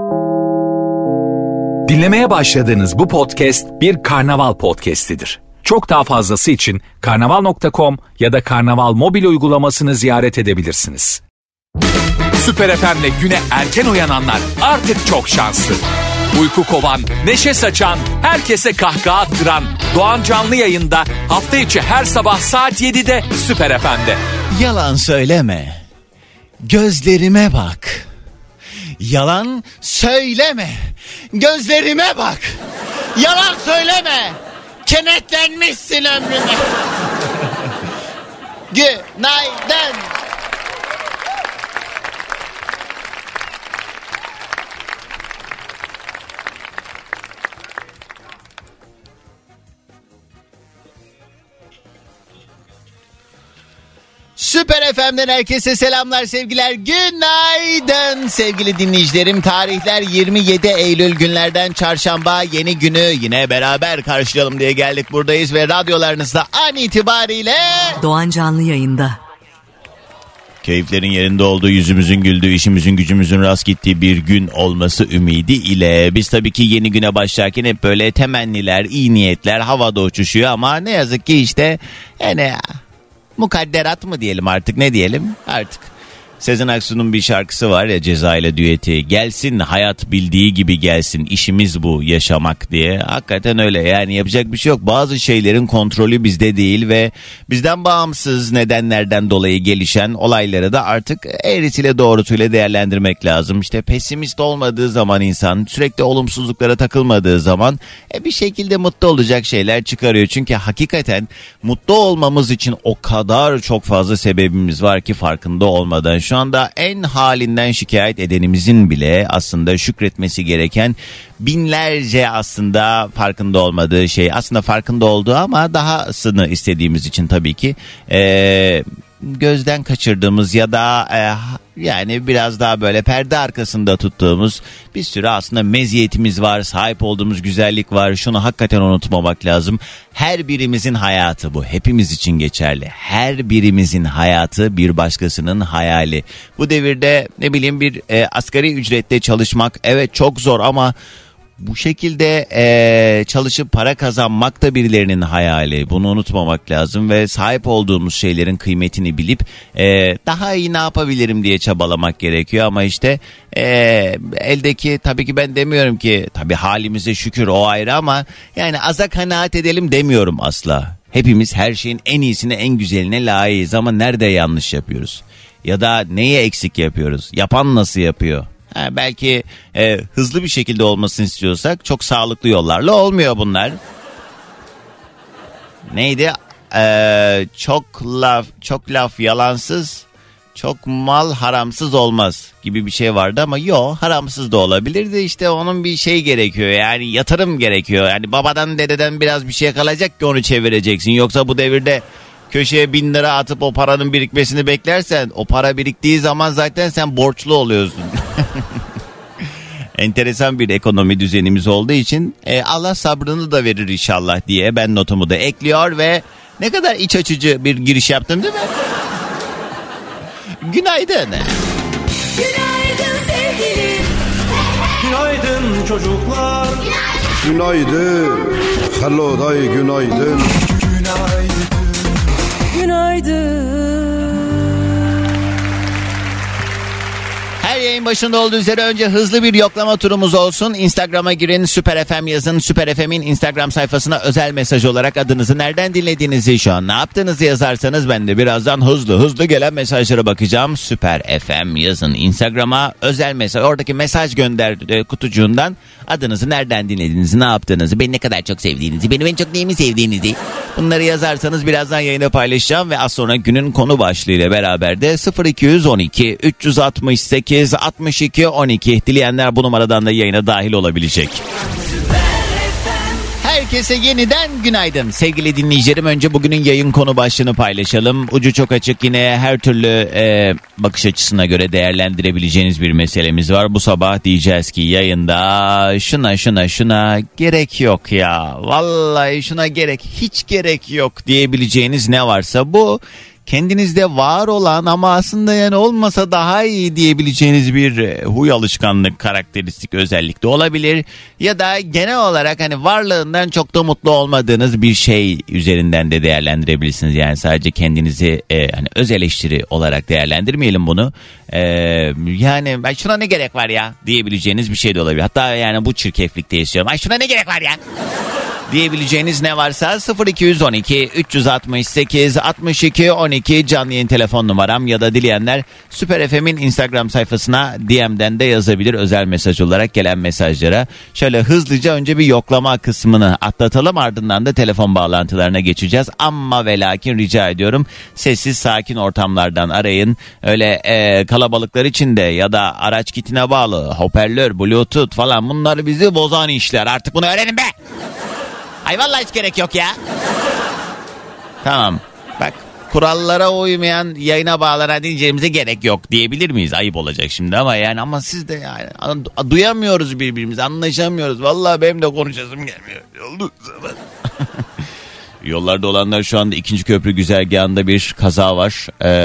Dinlemeye başladığınız bu podcast bir karnaval podcastidir. Çok daha fazlası için karnaval.com ya da karnaval mobil uygulamasını ziyaret edebilirsiniz. Süper FM'le güne erken uyananlar artık çok şanslı. Uyku kovan, neşe saçan, herkese kahkaha attıran Doğan Canlı Yayında hafta içi her sabah saat 7'de Süper FM'de. Yalan söyleme, gözlerime bak. Yalan söyleme, gözlerime bak. Yalan söyleme, kenetlenmişsin ömrüme. Günaydın. Süper FM'den herkese selamlar, sevgiler, günaydın sevgili dinleyicilerim. Tarihler 27 Eylül, günlerden çarşamba, yeni günü yine beraber karşılayalım diye geldik, buradayız ve radyolarınızda an itibariyle Doğan Canlı Yayında. Keyiflerin yerinde olduğu, yüzümüzün güldüğü, işimizin gücümüzün rast gittiği bir gün olması ümidi ile biz tabii ki yeni güne başlarken hep böyle temenniler, iyi niyetler havada uçuşuyor ama ne yazık ki işte yani mukadderat mı diyelim artık, ne diyelim artık. Sezen Aksu'nun bir şarkısı var ya, Ceza ile düeti. Gelsin hayat bildiği gibi gelsin, işimiz bu yaşamak diye. Hakikaten öyle yani, yapacak bir şey yok. Bazı şeylerin kontrolü bizde değil ve bizden bağımsız nedenlerden dolayı gelişen olayları da artık eğrisiyle doğrusuyla değerlendirmek lazım. İşte pesimist olmadığı zaman insan, sürekli olumsuzluklara takılmadığı zaman bir şekilde mutlu olacak şeyler çıkarıyor. Çünkü hakikaten mutlu olmamız için o kadar çok fazla sebebimiz var ki farkında olmadan. Şu anda en halinden şikayet edenimizin bile aslında şükretmesi gereken binlerce aslında farkında olmadığı şey, aslında farkında olduğu ama dahasını istediğimiz için tabii ki gözden kaçırdığımız ya da yani biraz daha böyle perde arkasında tuttuğumuz bir sürü aslında meziyetimiz var, sahip olduğumuz güzellik var. Şunu hakikaten unutmamak lazım. Her birimizin hayatı bu. Hepimiz için geçerli. Her birimizin hayatı bir başkasının hayali. Bu devirde ne bileyim bir asgari ücretle çalışmak evet çok zor ama bu şekilde çalışıp para kazanmak da birilerinin hayali. Bunu unutmamak lazım ve sahip olduğumuz şeylerin kıymetini bilip daha iyi ne yapabilirim diye çabalamak gerekiyor. Ama işte eldeki, tabii ki ben demiyorum ki tabii halimize şükür, o ayrı, ama yani aza kanaat edelim demiyorum asla. Hepimiz her şeyin en iyisine, en güzeline layığız ama nerede yanlış yapıyoruz? Ya da neyi eksik yapıyoruz? Yapan nasıl yapıyor? Belki hızlı bir şekilde olmasını istiyorsak çok sağlıklı yollarla olmuyor bunlar. Neydi? Çok laf yalansız, çok mal haramsız olmaz gibi bir şey vardı ama haramsız da olabilirdi. İşte onun bir şey gerekiyor, yani yatırım gerekiyor. Yani babadan dededen biraz bir şey kalacak ki onu çevireceksin. Yoksa bu devirde köşeye 1000 lira atıp o paranın birikmesini beklersen, o para biriktiği zaman zaten sen borçlu oluyorsun. Enteresan bir ekonomi düzenimiz olduğu için Allah sabrını da verir inşallah diye ben notumu da ekliyor ve ne kadar iç açıcı bir giriş yaptım değil mi? Günaydın. Günaydın sevgilim. Günaydın çocuklar. Günaydın. Hello day, günaydın. Günaydın. Her yayın başında olduğu üzere önce hızlı bir yoklama turumuz olsun. Instagram'a girin, Süper FM yazın. Süper FM'in Instagram sayfasına özel mesaj olarak adınızı, nereden dinlediğinizi, şu an ne yaptığınızı yazarsanız ben de birazdan hızlı gelen mesajlara bakacağım. Süper FM yazın Instagram'a, özel mesaj, oradaki mesaj gönder kutucuğundan adınızı, nereden dinlediğinizi, ne yaptığınızı, beni ne kadar çok sevdiğinizi, benim en çok neyimi sevdiğinizi, bunları yazarsanız birazdan yayında paylaşacağım ve az sonra günün konu başlığıyla beraber de 0212 368 62 12 dileyenler bu numaradan da yayına dahil olabilecek. Herkese yeniden günaydın sevgili dinleyicilerim. Önce bugünün yayın konu başlığını paylaşalım. Ucu çok açık, yine her türlü bakış açısına göre değerlendirebileceğiniz bir meselemiz var. Bu sabah diyeceğiz ki yayında şuna gerek yok ya. Vallahi şuna hiç gerek yok diyebileceğiniz ne varsa bu kendinizde var olan ama aslında yani olmasa daha iyi diyebileceğiniz bir huy, alışkanlık, karakteristik özellik de olabilir. Ya da genel olarak hani varlığından çok da mutlu olmadığınız bir şey üzerinden de değerlendirebilirsiniz. Yani sadece kendinizi hani öz eleştiri olarak değerlendirmeyelim bunu. Yani ay şuna ne gerek var ya diyebileceğiniz bir şey de olabilir. Hatta yani bu çirkeflikte yaşıyorum. Ay şuna ne gerek var ya diyebileceğiniz ne varsa 0212 368 62 12 canlı yayın telefon numaram ya da dileyenler Süper FM'in Instagram sayfasına DM'den de yazabilir, özel mesaj olarak gelen mesajlara. Şöyle hızlıca önce bir yoklama kısmını atlatalım, ardından da telefon bağlantılarına geçeceğiz. Ama ve lakin rica ediyorum sessiz sakin ortamlardan arayın. Öyle kalabalıklar içinde ya da araç kitine bağlı hoparlör, bluetooth falan, bunlar bizi bozan işler. Artık bunu öğrenin be. Ay vallahi hiç gerek yok ya. Tamam. Bak, kurallara uymayan yayına bağlanan diyeceğimize gerek yok diyebilir miyiz? Ayıp olacak şimdi ama yani, ama siz de yani duyamıyoruz birbirimizi, anlaşamıyoruz. Vallahi benim de konuşasım gelmiyor. Oldu zaman. Yollarda olanlar, şu anda 2. köprü güzergahında bir kaza var.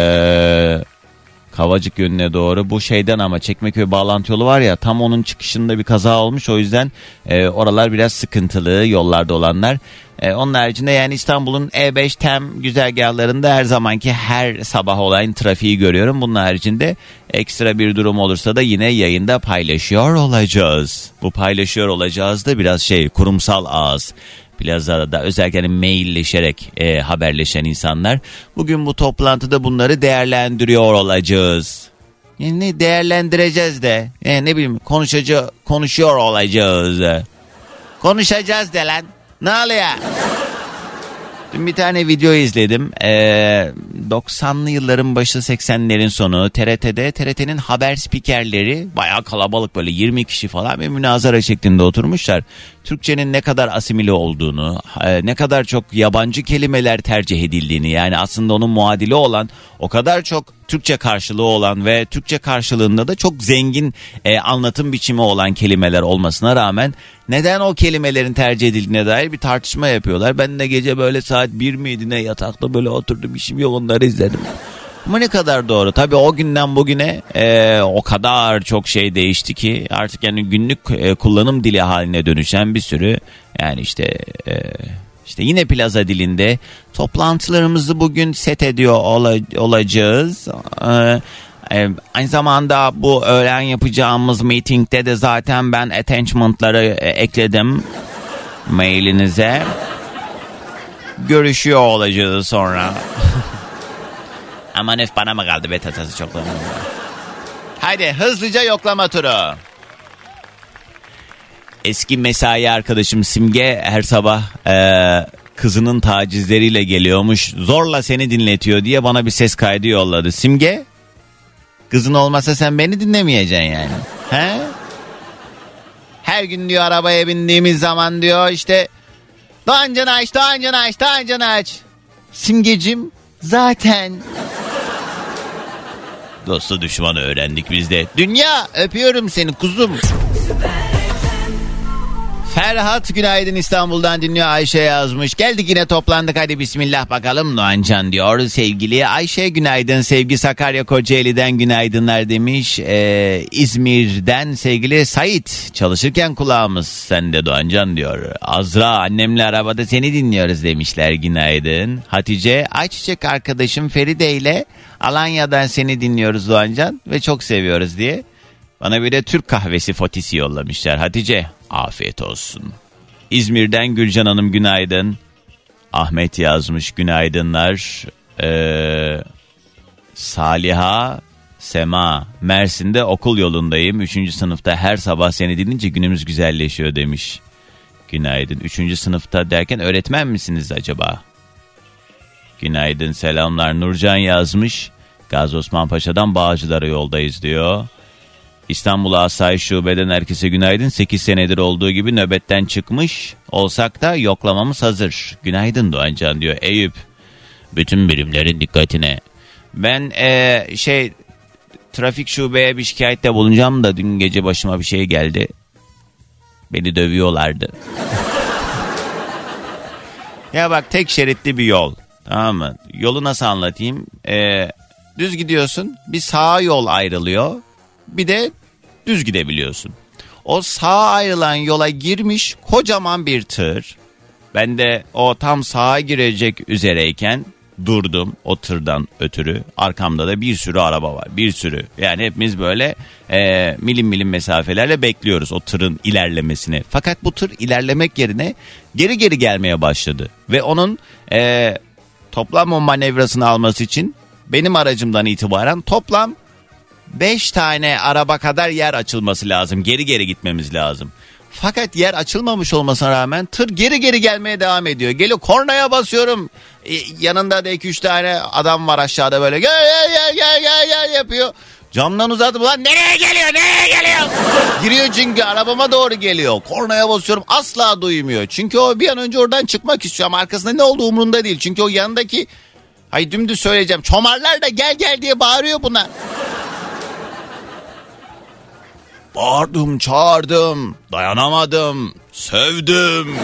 Kavacık yönüne doğru. Bu şeyden, ama Çekmeköy bağlantı yolu var ya, tam onun çıkışında bir kaza olmuş. O yüzden oralar biraz sıkıntılı, yollarda olanlar. Onun haricinde yani İstanbul'un E5 TEM güzergahlarında her zamanki, her sabah olan trafiği görüyorum. Bunun haricinde ekstra bir durum olursa da yine yayında paylaşıyor olacağız. Bu paylaşıyor olacağız da biraz kurumsal ağız. Plazada özellikle mailleşerek haberleşen insanlar. Bugün bu toplantıda bunları değerlendiriyor olacağız. Yani ne değerlendireceğiz de ne bileyim, konuşuyor olacağız. Konuşacağız de lan. Ne oluyor? Dün bir tane video izledim. 90'lı yılların başı 80'lerin sonu TRT'de, TRT'nin haber spikerleri bayağı kalabalık, böyle 20 kişi falan bir münazara şeklinde oturmuşlar. Türkçenin ne kadar asimile olduğunu, ne kadar çok yabancı kelimeler tercih edildiğini, yani aslında onun muadili olan, o kadar çok Türkçe karşılığı olan ve Türkçe karşılığında da çok zengin anlatım biçimi olan kelimeler olmasına rağmen neden o kelimelerin tercih edildiğine dair bir tartışma yapıyorlar. Ben de gece böyle saat 1 miydi ne, yatakta böyle oturdum, işim yok, onları izledim. Ama ne kadar doğru. Tabii o günden bugüne o kadar çok şey değişti ki artık yani günlük kullanım dili haline dönüşen bir sürü, yani işte yine plaza dilinde toplantılarımızı bugün set ediyor olacağız. Aynı zamanda bu öğlen yapacağımız meetingde de zaten ben attachment'ları ekledim mailinize. Görüşüyor olacağız sonra. Aman öf, bana mı kaldı be tatası çok. Haydi hızlıca yoklama turu. Eski mesai arkadaşım Simge her sabah kızının tacizleriyle geliyormuş. Zorla seni dinletiyor diye bana bir ses kaydı yolladı. Simge, kızın olmasa sen beni dinlemeyeceksin yani. He? Her gün diyor arabaya bindiğimiz zaman diyor işte Doğancan aç. Simgecim zaten. Dostu düşmanı öğrendik biz de. Dünya, öpüyorum seni kuzum. Ferhat günaydın, İstanbul'dan dinliyor. Ayşe yazmış. Geldik yine, toplandık, hadi bismillah bakalım Doğancan diyor. Sevgili Ayşe günaydın. Sevgi Sakarya Kocaeli'den günaydınlar demiş. İzmir'den sevgili Sait, çalışırken kulağımız sende Doğancan diyor. Azra, annemle arabada seni dinliyoruz demişler, günaydın. Hatice, Ayçiçek arkadaşım Feride ile Alanya'dan seni dinliyoruz Doğancan ve çok seviyoruz diye. Bana bir de Türk kahvesi fotisi yollamışlar. Hatice, afiyet olsun. İzmir'den Gülcan Hanım günaydın. Ahmet yazmış, günaydınlar. Saliha, Sema, Mersin'de okul yolundayım. 3. sınıfta her sabah seni dinleyince günümüz güzelleşiyor demiş. Günaydın. 3. sınıfta derken öğretmen misiniz acaba? Günaydın, selamlar. Nurcan yazmış. Gazi Osman Paşa'dan Bağcılar'a yoldayız diyor. İstanbul Asayiş Şube'den herkese günaydın. 8 senedir olduğu gibi nöbetten çıkmış olsak da yoklamamız hazır. Günaydın Doğancan diyor. Eyüp, bütün birimlerin dikkatine. Ben trafik şubeye bir şikayette bulunacağım da dün gece başıma bir şey geldi. Beni dövüyorlardı. Ya bak, tek şeritli bir yol. Tamam mı? Yolu nasıl anlatayım? Düz gidiyorsun. Bir sağa yol ayrılıyor. Bir de düz gidebiliyorsun. O sağa ayrılan yola girmiş kocaman bir tır. Ben de o tam sağa girecek üzereyken durdum o tırdan ötürü. Arkamda da bir sürü araba var. Bir sürü. Yani hepimiz böyle milim milim mesafelerle bekliyoruz o tırın ilerlemesini. Fakat bu tır ilerlemek yerine geri geri gelmeye başladı. Ve onun toplam o manevrasını alması için benim aracımdan itibaren toplam 5 tane araba kadar yer açılması lazım. Geri geri gitmemiz lazım. Fakat yer açılmamış olmasına rağmen tır geri geri gelmeye devam ediyor. Geliyor, kornaya basıyorum. Yanında da 2-3 tane adam var aşağıda böyle gel yapıyor. Camdan uzatıp lan nereye geliyor? Giriyor çünkü arabama doğru geliyor. Kornaya basıyorum, asla duymuyor. Çünkü o bir an önce oradan çıkmak istiyor ama arkasında ne olduğu umurunda değil. Çünkü o yanındaki, dümdüz söyleyeceğim, çomarlar da gel diye bağırıyor buna. Bağırdım, çağırdım, dayanamadım, sövdüm.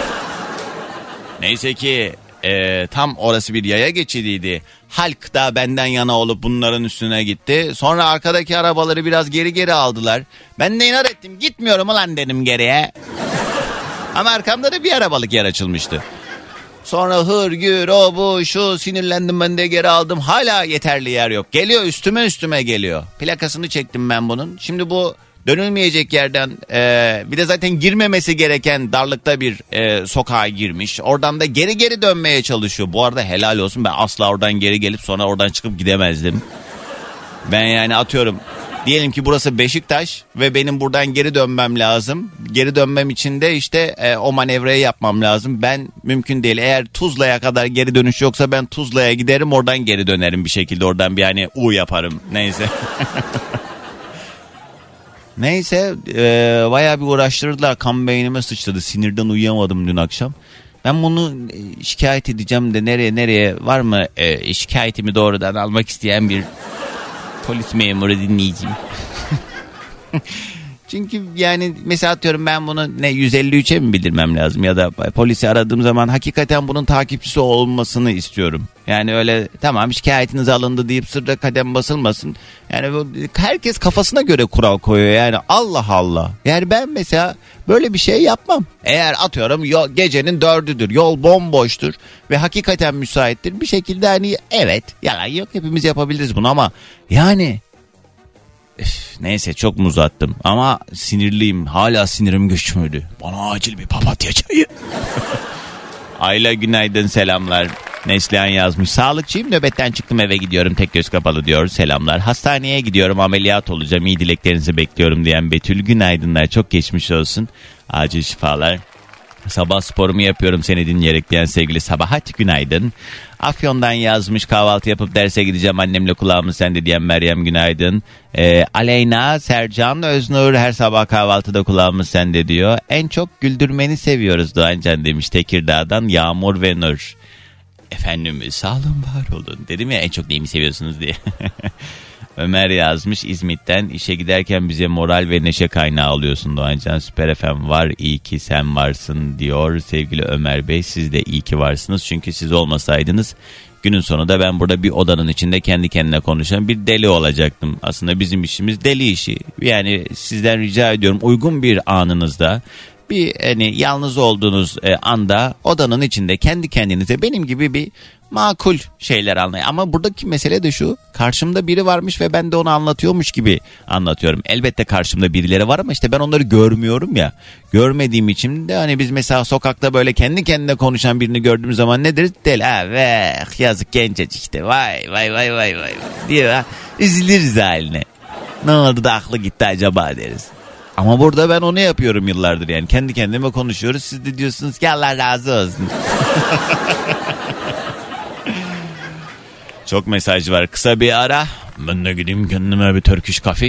Neyse ki tam orası bir yaya geçidiydi. Halk da benden yana olup bunların üstüne gitti. Sonra arkadaki arabaları biraz geri aldılar. Ben de inat ettim, gitmiyorum ulan dedim geriye. Ama arkamda da bir arabalık yer açılmıştı. Sonra hırgür o bu şu sinirlendim, ben de geri aldım. Hala yeterli yer yok. Geliyor, üstüme geliyor. Plakasını çektim ben bunun. Şimdi bu dönülmeyecek yerden bir de zaten girmemesi gereken darlıkta bir sokağa girmiş. Oradan da geri dönmeye çalışıyor. Bu arada helal olsun, ben asla oradan geri gelip sonra oradan çıkıp gidemezdim. Ben yani atıyorum, diyelim ki burası Beşiktaş ve benim buradan geri dönmem lazım. Geri dönmem için de işte o manevrayı yapmam lazım. Ben mümkün değil. Eğer Tuzla'ya kadar geri dönüş yoksa ben Tuzla'ya giderim, oradan geri dönerim bir şekilde. Oradan bir U yaparım. Neyse. Neyse bayağı bir uğraştırdılar. Kan beynime sıçradı. Sinirden uyuyamadım dün akşam. Ben bunu şikayet edeceğim de nereye var mı şikayetimi doğrudan almak isteyen bir polis memuru dinleyicim. Çünkü yani mesela atıyorum ben bunu 153'e mi bildirmem lazım ya da polisi aradığım zaman hakikaten bunun takipçisi olmasını istiyorum. Yani öyle tamam şikayetiniz alındı deyip sırra kadem basılmasın. Yani herkes kafasına göre kural koyuyor yani, Allah Allah. Yani ben mesela böyle bir şey yapmam. Eğer atıyorum gecenin 4'üdür, yol bomboştur ve hakikaten müsaittir bir şekilde, hani evet yalan yok, hepimiz yapabiliriz bunu ama yani... Neyse çok mu uzattım ama sinirliyim, hala sinirim güçlüydü. Bana acil bir papatya çayı. Ayla günaydın, selamlar. Neslihan yazmış, sağlıkçıyım, nöbetten çıktım, eve gidiyorum, tek göz kapalı diyor, selamlar. Hastaneye gidiyorum, ameliyat olacağım, iyi dileklerinizi bekliyorum diyen Betül, günaydınlar, çok geçmiş olsun, acil şifalar. Sabah sporumu yapıyorum seni dinleyerek diyen sevgili Sabahat, günaydın. Afyon'dan yazmış, kahvaltı yapıp derse gideceğim, annemle kulağımı sende diyen Meryem, günaydın. Aleyna, Sercan, Öznur, her sabah kahvaltıda kulağımız sende diyor. En çok güldürmeni seviyoruz Doğancan demiş Tekirdağ'dan Yağmur ve Nur. Efendim sağ olun, var olun, dedim ya en çok neyimi seviyorsunuz diye. Ömer yazmış İzmit'ten, işe giderken bize moral ve neşe kaynağı oluyorsun Doğancan, Süper FM var, iyi ki sen varsın diyor sevgili Ömer Bey. Siz de iyi ki varsınız, çünkü siz olmasaydınız günün sonunda ben burada bir odanın içinde kendi kendine konuşan bir deli olacaktım. Aslında bizim işimiz deli işi. Yani sizden rica ediyorum, uygun bir anınızda, bir hani yalnız olduğunuz anda odanın içinde kendi kendinize benim gibi bir makul şeyler anlayın. Ama buradaki mesele de şu, karşımda biri varmış ve ben de onu anlatıyormuş gibi anlatıyorum. Elbette karşımda birileri var ama işte ben onları görmüyorum ya. Görmediğim için de hani biz mesela sokakta böyle kendi kendine konuşan birini gördüğümüz zaman ne deriz? Deli yazık gencecik işte, vay diye üzülürüz haline. Ne oldu da aklı gitti acaba deriz. Ama burada ben onu yapıyorum yıllardır, yani kendi kendime konuşuyoruz. Siz de diyorsunuz ki Allah razı olsun. Çok mesaj var, kısa bir ara. Ben de gideyim kendime bir Turkish coffee.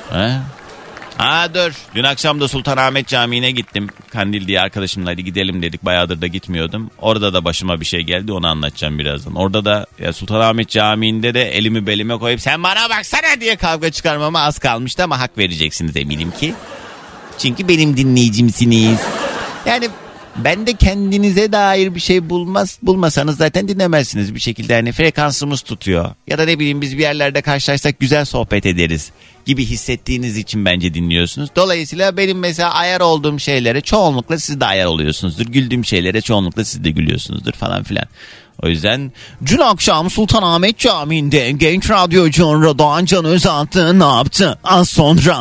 Dur, dün akşam da Sultanahmet Camii'ne gittim. Kandil diye arkadaşımla, hadi gidelim dedik. Bayağıdır da gitmiyordum. Orada da başıma bir şey geldi, onu anlatacağım birazdan. Orada da Sultanahmet Camii'nde de elimi belime koyup sen bana baksana diye kavga çıkarmama az kalmıştı ama hak vereceksiniz eminim ki. Çünkü benim dinleyicimsiniz. Yani Ben de kendinize dair bir şey bulmasanız zaten dinlemezsiniz bir şekilde. Hani frekansımız tutuyor. Ya da ne bileyim biz bir yerlerde karşılaşsak güzel sohbet ederiz gibi hissettiğiniz için bence dinliyorsunuz. Dolayısıyla benim mesela ayar olduğum şeylere çoğunlukla siz de ayar oluyorsunuzdur. Güldüğüm şeylere çoğunlukla siz de gülüyorsunuzdur falan filan. O yüzden dün akşam Sultanahmet Camii'nde genç radyocu Doğan Can Özaltı ne yaptı? Az sonra.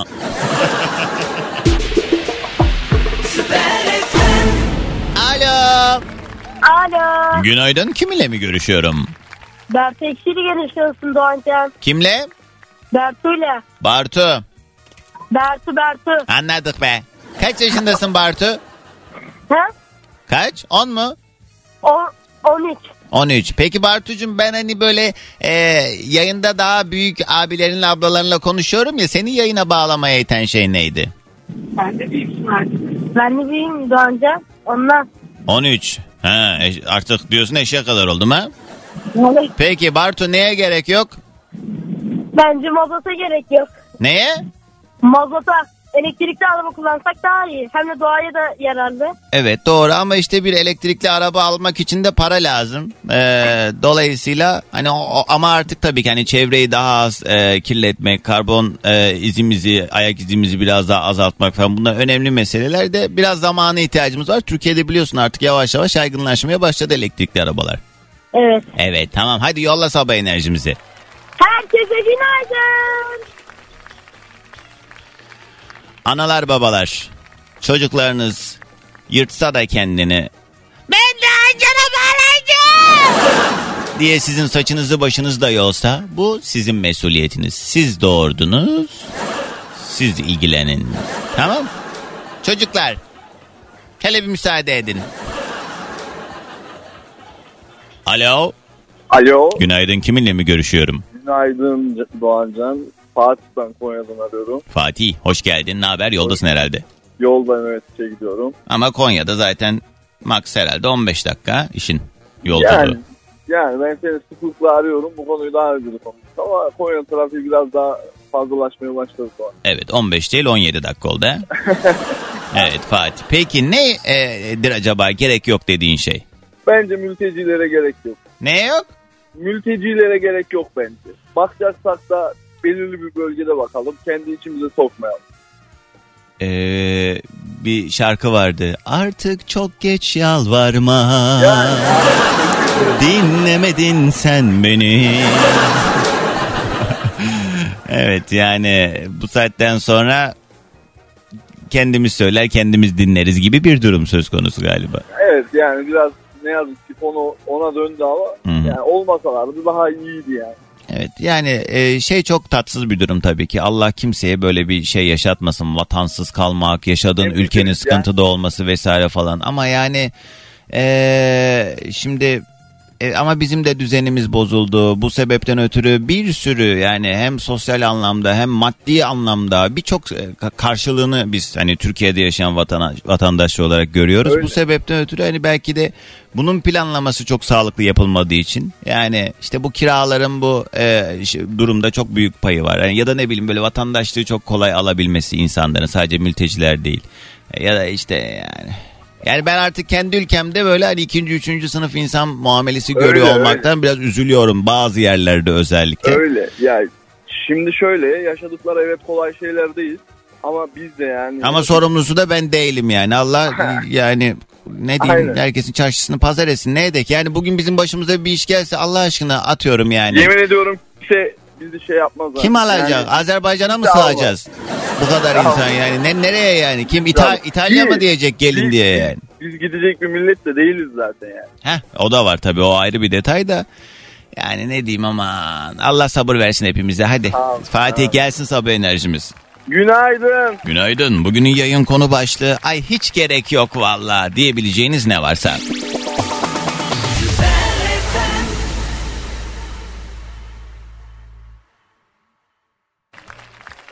Alo. Alo. Günaydın, kiminle mi görüşüyorum? Bertu Ekşi'yle görüşüyorsun Doğancan. Kimle? Bertu'yla. Bartu. Bertu. Anladık be. Kaç yaşındasın Bartu? Ha? Kaç? 10 mu? 13. 13. Peki Bartucuğum ben hani böyle yayında daha büyük abilerinle ablalarınla konuşuyorum ya, seni yayına bağlamaya iten şey neydi? Ben de büyüğüm Doğancan. Ondan. 13. Ha, artık diyorsun eşeğe kadar oldum ha? Evet. Peki Bartu neye gerek yok? Bence mazota gerek yok. Neye? Mazota. Elektrikli araba kullansak daha iyi. Hem de doğaya da yararlı. Evet doğru ama işte bir elektrikli araba almak için de para lazım. Dolayısıyla hani ama artık tabii ki hani çevreyi daha az kirletmek, karbon izimizi, ayak izimizi biraz daha azaltmak falan, bunlar önemli meseleler de biraz zamana ihtiyacımız var. Türkiye'de biliyorsun artık yavaş yavaş yaygınlaşmaya başladı elektrikli arabalar. Evet. Evet tamam, hadi yolla sabah enerjimizi. Herkese günaydın. Analar babalar, çocuklarınız yırtsa da kendini ben de Ancan'a bağlayacağım diye sizin saçınızı başınızda yolsa bu sizin mesuliyetiniz. Siz doğurdunuz, siz ilgilenin. Tamam? Çocuklar, hele bir müsaade edin. Alo. Alo. Günaydın, kiminle mi görüşüyorum? Günaydın Doğancan. Fatih, ben Konya'dan arıyorum. Fatih, hoş geldin. Ne haber? Yoldasın herhalde. Yoldayım, evet, işe gidiyorum. Ama Konya'da zaten max herhalde 15 dakika işin yolculuğu. Yani ben seni sıklıkla arıyorum. Bu konuyu daha önce de konuştuk ama Konya trafiği biraz daha fazlalaşmaya başladı sonra. Evet, 15 değil 17 dakika oldu ha? Evet Fatih. Peki nedir acaba gerek yok dediğin şey? Bence mültecilere gerek yok. Neye yok? Mültecilere gerek yok bence. Bakacaksak da belirli bir bölgede bakalım. Kendi içimize sokmayalım. Bir şarkı vardı. Artık çok geç yalvarma. Dinlemedin sen beni. Evet yani bu saatten sonra kendimiz söyler kendimiz dinleriz gibi bir durum söz konusu galiba. Evet yani biraz ne yazık ki konu ona döndü ama yani olmasalardı daha iyiydi yani. Evet yani şey çok tatsız bir durum tabii ki. Allah kimseye böyle bir şey yaşatmasın. Vatansız kalmak, yaşadığın ülkenin sıkıntıda olması vesaire falan. Ama yani şimdi ama bizim de düzenimiz bozuldu. Bu sebepten ötürü bir sürü yani hem sosyal anlamda hem maddi anlamda birçok karşılığını biz hani Türkiye'de yaşayan vatandaş olarak görüyoruz. Öyle. Bu sebepten ötürü hani belki de bunun planlaması çok sağlıklı yapılmadığı için yani işte bu kiraların bu durumda çok büyük payı var. Yani ya da ne bileyim böyle vatandaşlığı çok kolay alabilmesi insanların, sadece mülteciler değil. Ya da işte yani ben artık kendi ülkemde böyle hani 2. 3. sınıf insan muamelesi görüyor olmaktan biraz üzülüyorum bazı yerlerde özellikle. Öyle yani şimdi şöyle yaşadıkları evet kolay şeyler değil ama biz de yani. Ama sorumlusu da ben değilim yani Allah yani ne diyeyim, herkesin çarşısını pazar etsin ne edek yani bugün bizim başımıza bir iş gelse Allah aşkına atıyorum yani. Yemin ediyorum bizi şey yapmaz. Kim alacak? Yani, Azerbaycan'a mı sığacağız? Bu kadar insan yani. Nereye yani? Kim İtalya mı diyecek gelin diye yani. Biz gidecek bir millet de değiliz zaten yani. O da var tabii, o ayrı bir detay da. Yani ne diyeyim aman. Allah sabır versin hepimize. Hadi Fatih gelsin sabah enerjimiz. Günaydın. Günaydın. Bugünün yayın konu başlığı ay hiç gerek yok valla diyebileceğiniz ne varsa.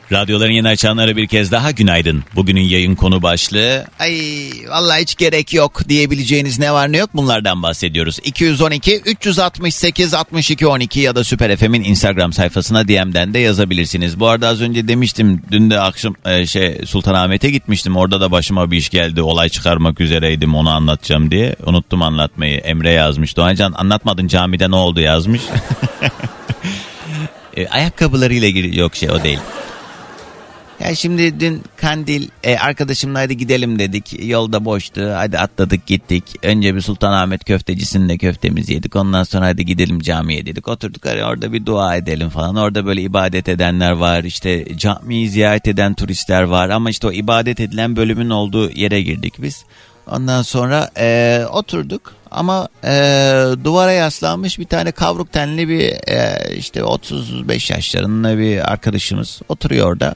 Radyoların yeni açanlara bir kez daha günaydın. Bugünün yayın konu başlığı ay vallahi hiç gerek yok diyebileceğiniz ne var ne yok bunlardan bahsediyoruz. 212 368 62 12 ya da Süper FM'in Instagram sayfasına DM'den de yazabilirsiniz. Bu arada az önce demiştim dün de akşam Sultanahmet'e gitmiştim. Orada da başıma bir iş geldi. Olay çıkarmak üzereydim, onu anlatacağım diye. Unuttum anlatmayı. Emre yazmış. Doğancan anlatmadın camide ne oldu yazmış. Ayakkabılarıyla ilgili yok o değil. Ya şimdi dün Kandil arkadaşımla hadi gidelim dedik. Yolda boştu. Hadi atladık gittik. Önce bir Sultanahmet köftecisinde köftemizi yedik. Ondan sonra hadi gidelim camiye dedik. Oturduk orada bir dua edelim falan. Orada böyle ibadet edenler var. İşte camiyi ziyaret eden turistler var. Ama işte o ibadet edilen bölümün olduğu yere girdik biz. Ondan sonra oturduk. Ama duvara yaslanmış bir tane kavruk tenli bir işte 35 yaşlarında bir arkadaşımız oturuyor orada.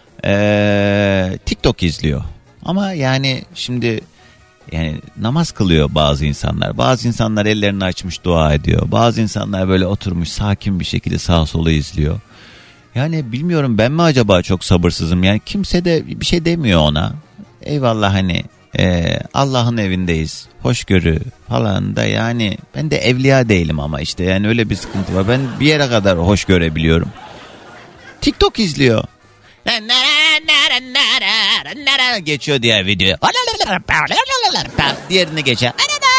TikTok izliyor. Ama yani şimdi yani namaz kılıyor bazı insanlar. Bazı insanlar ellerini açmış dua ediyor. Bazı insanlar böyle oturmuş sakin bir şekilde sağa sola izliyor. Yani bilmiyorum ben mi acaba çok sabırsızım. Yani kimse de bir şey demiyor ona. Eyvallah hani Allah'ın evindeyiz. Hoşgörü falan da yani ben de evliya değilim ama işte yani öyle bir sıkıntı var. Ben bir yere kadar hoş görebiliyorum. TikTok izliyor. Geçiyor diğer video. Diğerini geçer.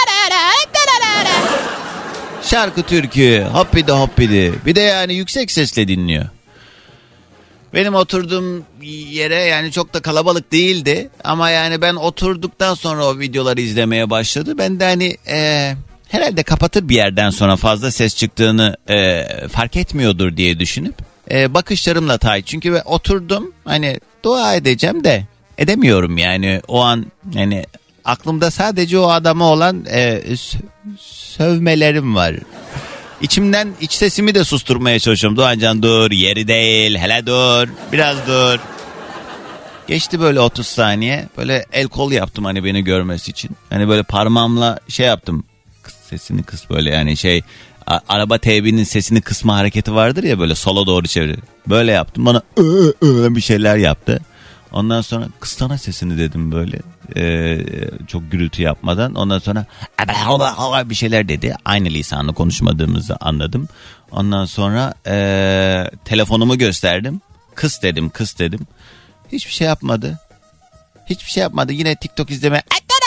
Şarkı türkü hoppidi hoppidi. Bir de yani yüksek sesle dinliyor. Benim oturduğum yere yani çok da kalabalık değildi. Ama yani ben oturduktan sonra o videoları izlemeye başladı. Ben de hani herhalde kapatır bir yerden sonra fazla ses çıktığını fark etmiyordur diye düşünüp bakışlarımla tay. Çünkü ben oturdum hani dua edeceğim de edemiyorum yani o an yani aklımda sadece o adama olan sövmelerim var. İçimden iç sesimi de susturmaya çalışıyorum. Doğancan dur, yeri değil, hele dur, biraz dur. Geçti böyle 30 saniye. Böyle el kol yaptım hani beni görmesi için. Hani böyle parmağımla şey yaptım. Sesini kıs böyle yani araba teybinin sesini kısma hareketi vardır ya böyle sola doğru çevir. Böyle yaptım. Bana bir şeyler yaptı. Ondan sonra kıstana sesini dedim böyle. Çok gürültü yapmadan. Ondan sonra bir şeyler dedi. Aynı lisanı konuşmadığımızı anladım. Ondan sonra telefonumu gösterdim. Kıs dedim. Hiçbir şey yapmadı. Yine TikTok izleme.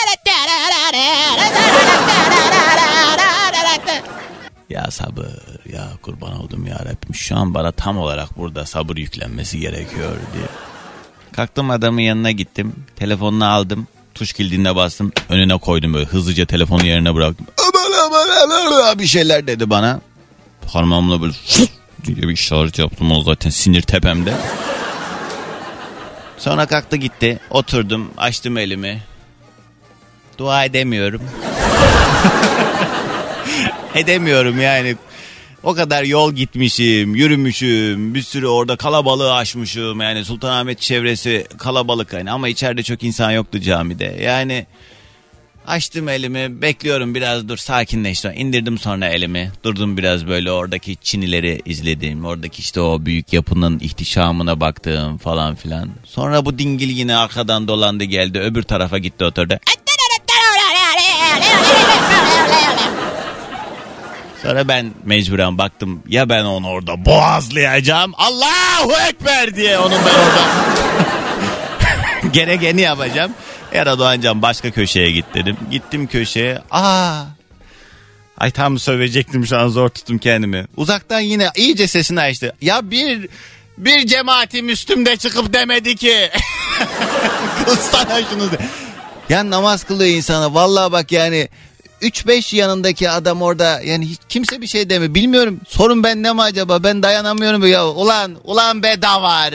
Ya sabır ya kurban oldum ya Rabbim. Şu an bana tam olarak burada sabır yüklenmesi gerekiyor diye. Kalktım adamın yanına gittim. Telefonunu aldım. Tuş kilidine bastım. Önüne koydum böyle hızlıca telefonu yerine bıraktım. Bir şeyler dedi bana. Parmağımla böyle diye bir işaret yaptım. O zaten sinir tepemde. Sonra kalktı gitti. Oturdum. Açtım elimi. Dua edemiyorum. Edemiyorum yani. O kadar yol gitmişim, yürümüşüm, bir sürü orada kalabalığı aşmışım. Yani Sultanahmet çevresi kalabalık hani ama içeride çok insan yoktu camide. Yani açtım elimi, bekliyorum biraz dur sakinleştim. İndirdim sonra elimi, durdum biraz böyle oradaki Çinileri izledim. Oradaki işte o büyük yapının ihtişamına baktım falan filan. Sonra bu dingil yine arkadan dolandı geldi öbür tarafa gitti oturdu. Sonra ben mecburen baktım ya ben onu orada boğazlayacağım Allahu Ekber diye onun ben orada gerekeni yapacağım. Ya Doğancan başka köşeye git dedim. Gittim köşeye. Ay tam sövecektim şu an zor tuttum kendimi. Uzaktan yine iyice sesini açtı. Ya bir cemaatim üstümde çıkıp demedi ki. Kılsana şunu de. Ya namaz kılıyor insana vallahi bak yani. 3-5 yanındaki adam orada yani hiç kimse bir şey demiyor. Bilmiyorum sorun bende mi acaba ben dayanamıyorum ya ulan be davar.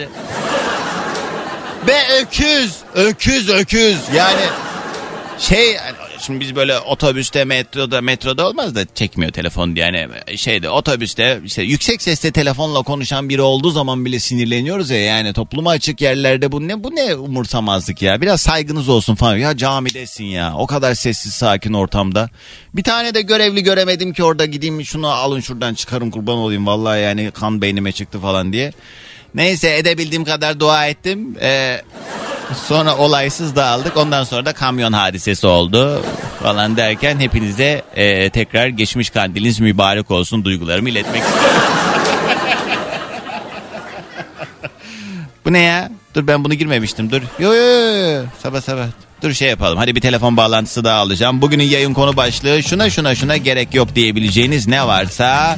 Be öküz yani şimdi biz böyle otobüste metroda olmaz da çekmiyor telefon diye yani otobüste işte yüksek sesle telefonla konuşan biri olduğu zaman bile sinirleniyoruz ya yani topluma açık yerlerde bu ne umursamazlık ya biraz saygınız olsun falan ya camidesin ya o kadar sessiz sakin ortamda bir tane de görevli göremedim ki orada gideyim şunu alın şuradan çıkarım kurban olayım vallahi yani kan beynime çıktı falan diye Neyse edebildiğim kadar dua ettim. Sonra olaysız dağıldık. Ondan sonra da kamyon hadisesi oldu falan derken hepinize tekrar geçmiş kandiliniz mübarek olsun duygularımı iletmek istiyorum. Bu ne ya? Dur ben bunu girmemiştim. Dur. Yo. Sabah. Dur şey yapalım. Hadi bir telefon bağlantısı daha alacağım. Bugünün yayın konu başlığı şuna gerek yok diyebileceğiniz ne varsa.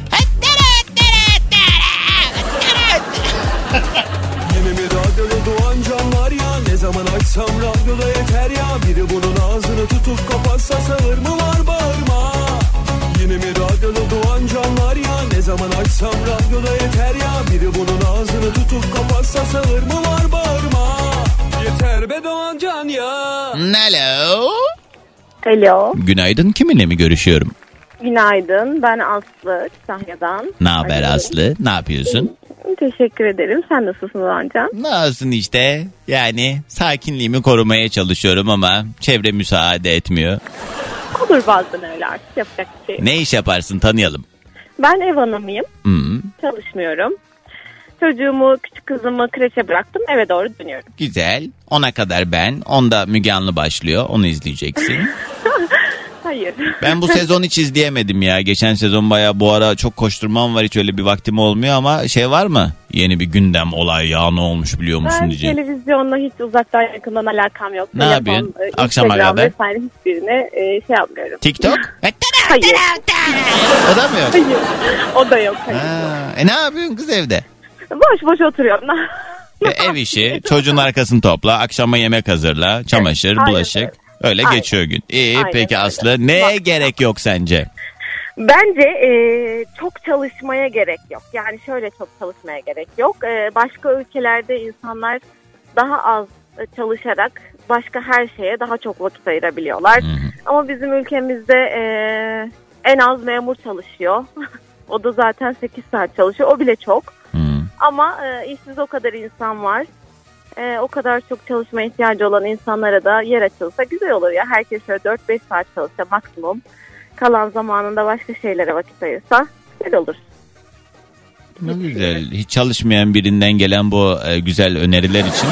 Yeni bir radyoda doğan canlar ya. Ne zaman açsam radyoda yeter ya. Biri bunun ağzını tutup kapatsa sağır mı var bağırma. Yeni bir radyoda doğan canlar ya. Ne zaman açsam radyoda yeter ya. Biri bunun ağzını tutup kapatsa sağır mı var bağırma. Yeter be Doğan Can ya. Hello. Alo. Günaydın, kiminle mi görüşüyorum? Günaydın. Ben Aslı Kütahya'dan. Ne haber Aslı? Ne yapıyorsun? Teşekkür ederim. Sen nasılsın Doğancan? Ne olsun işte. Yani sakinliğimi korumaya çalışıyorum ama çevre müsaade etmiyor. Olur bazen öyle artık. Yapacak bir şey yok. Ne iş yaparsın, tanıyalım. Ben ev hanımıyım. Hmm, Çalışmıyorum. Çocuğumu, küçük kızımı kreşe bıraktım. Eve doğru dönüyorum. güzel. 10'a kadar ben. 10'da Müge Anlı başlıyor. Onu izleyeceksin. Hayır. Ben bu sezon hiç izleyemedim ya. Geçen sezon bayağı bu ara çok koşturmam var. Hiç öyle bir vaktim olmuyor ama şey var mı? Yeni bir gündem olay ya ne olmuş biliyor musun Ben diyeceğim. televizyonla hiç uzaktan yakından alakam yok. Ne yapıyorsun? Akşama Instagram kadar? vesaire hiçbirine şey yapmıyorum. TikTok? Hayır. O da mı yok? Hayır. O da yok. Hayır. Ha, ne yapıyorsun kız evde? Boş oturuyorum. Ev işi, çocuğun arkasını topla, akşama yemek hazırla, çamaşır, Aynen bulaşık. öyle. Öyle Aynen. geçiyor gün. İyi Aynen peki öyle. Aslı. Neye Bak. gerek yok sence? Bence çok çalışmaya gerek yok. Yani şöyle çok çalışmaya gerek yok. Başka ülkelerde insanlar daha az çalışarak başka her şeye daha çok vakit ayırabiliyorlar. Ama bizim ülkemizde en az memur çalışıyor. O da zaten 8 saat çalışıyor. O bile çok. Ama işsiz o kadar insan var. O kadar çok çalışma ihtiyacı olan insanlara da yer açılsa güzel olur ya. Herkes şöyle 4-5 saat çalışsa maksimum. Kalan zamanında başka şeylere vakit ayırsa güzel olur. Ne güzel. Hiç çalışmayan birinden gelen bu güzel öneriler için.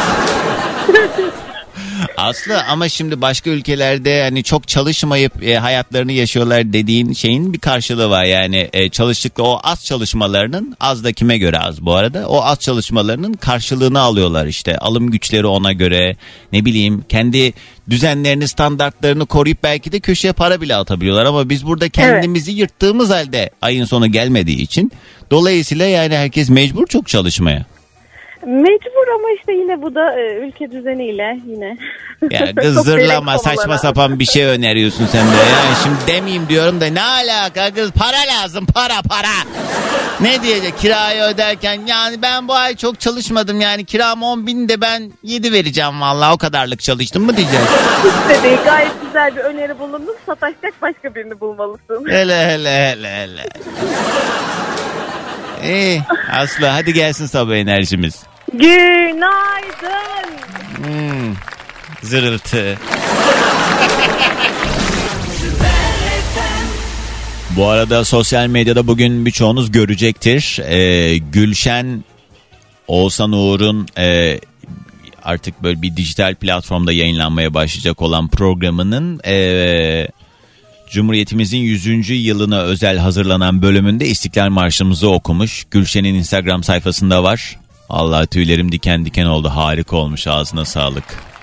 Aslı ama şimdi başka ülkelerde hani çok çalışmayıp hayatlarını yaşıyorlar dediğin şeyin bir karşılığı var. Yani çalıştıkları o az çalışmalarının, az da kime göre az bu arada, o az çalışmalarının karşılığını alıyorlar işte. Alım güçleri ona göre, ne bileyim kendi düzenlerini, standartlarını koruyup belki de köşeye para bile atabiliyorlar. Ama biz burada kendimizi yırttığımız halde ayın sonu gelmediği için dolayısıyla yani herkes mecbur çok çalışmaya. Mecbur ama işte yine bu da ülke düzeniyle yine. Ya kız zırlama, saçma sapan bir şey öneriyorsun sen de. Yani şimdi demeyeyim diyorum da ne alaka kız, para lazım, para. Ne diyecek kirayı öderken, yani ben bu ay çok çalışmadım yani kiram 10.000 de ben 7 vereceğim vallahi o kadarlık çalıştım mı diyecek. İşte değil, gayet güzel bir öneri bulundum, sataşacak başka birini bulmalısın. Hele. İyi Aslı hadi gelsin sabah enerjimiz. Günaydın. Zırıltı. Bu arada sosyal medyada bugün birçoğunuz görecektir. Gülşen Oğuzhan Uğur'un artık böyle bir dijital platformda yayınlanmaya başlayacak olan programının Cumhuriyetimizin 100. yılına özel hazırlanan bölümünde İstiklal Marşımızı okumuş. Gülşen'in Instagram sayfasında var. Allah tüylerim diken diken oldu. Harika olmuş. Ağzına sağlık.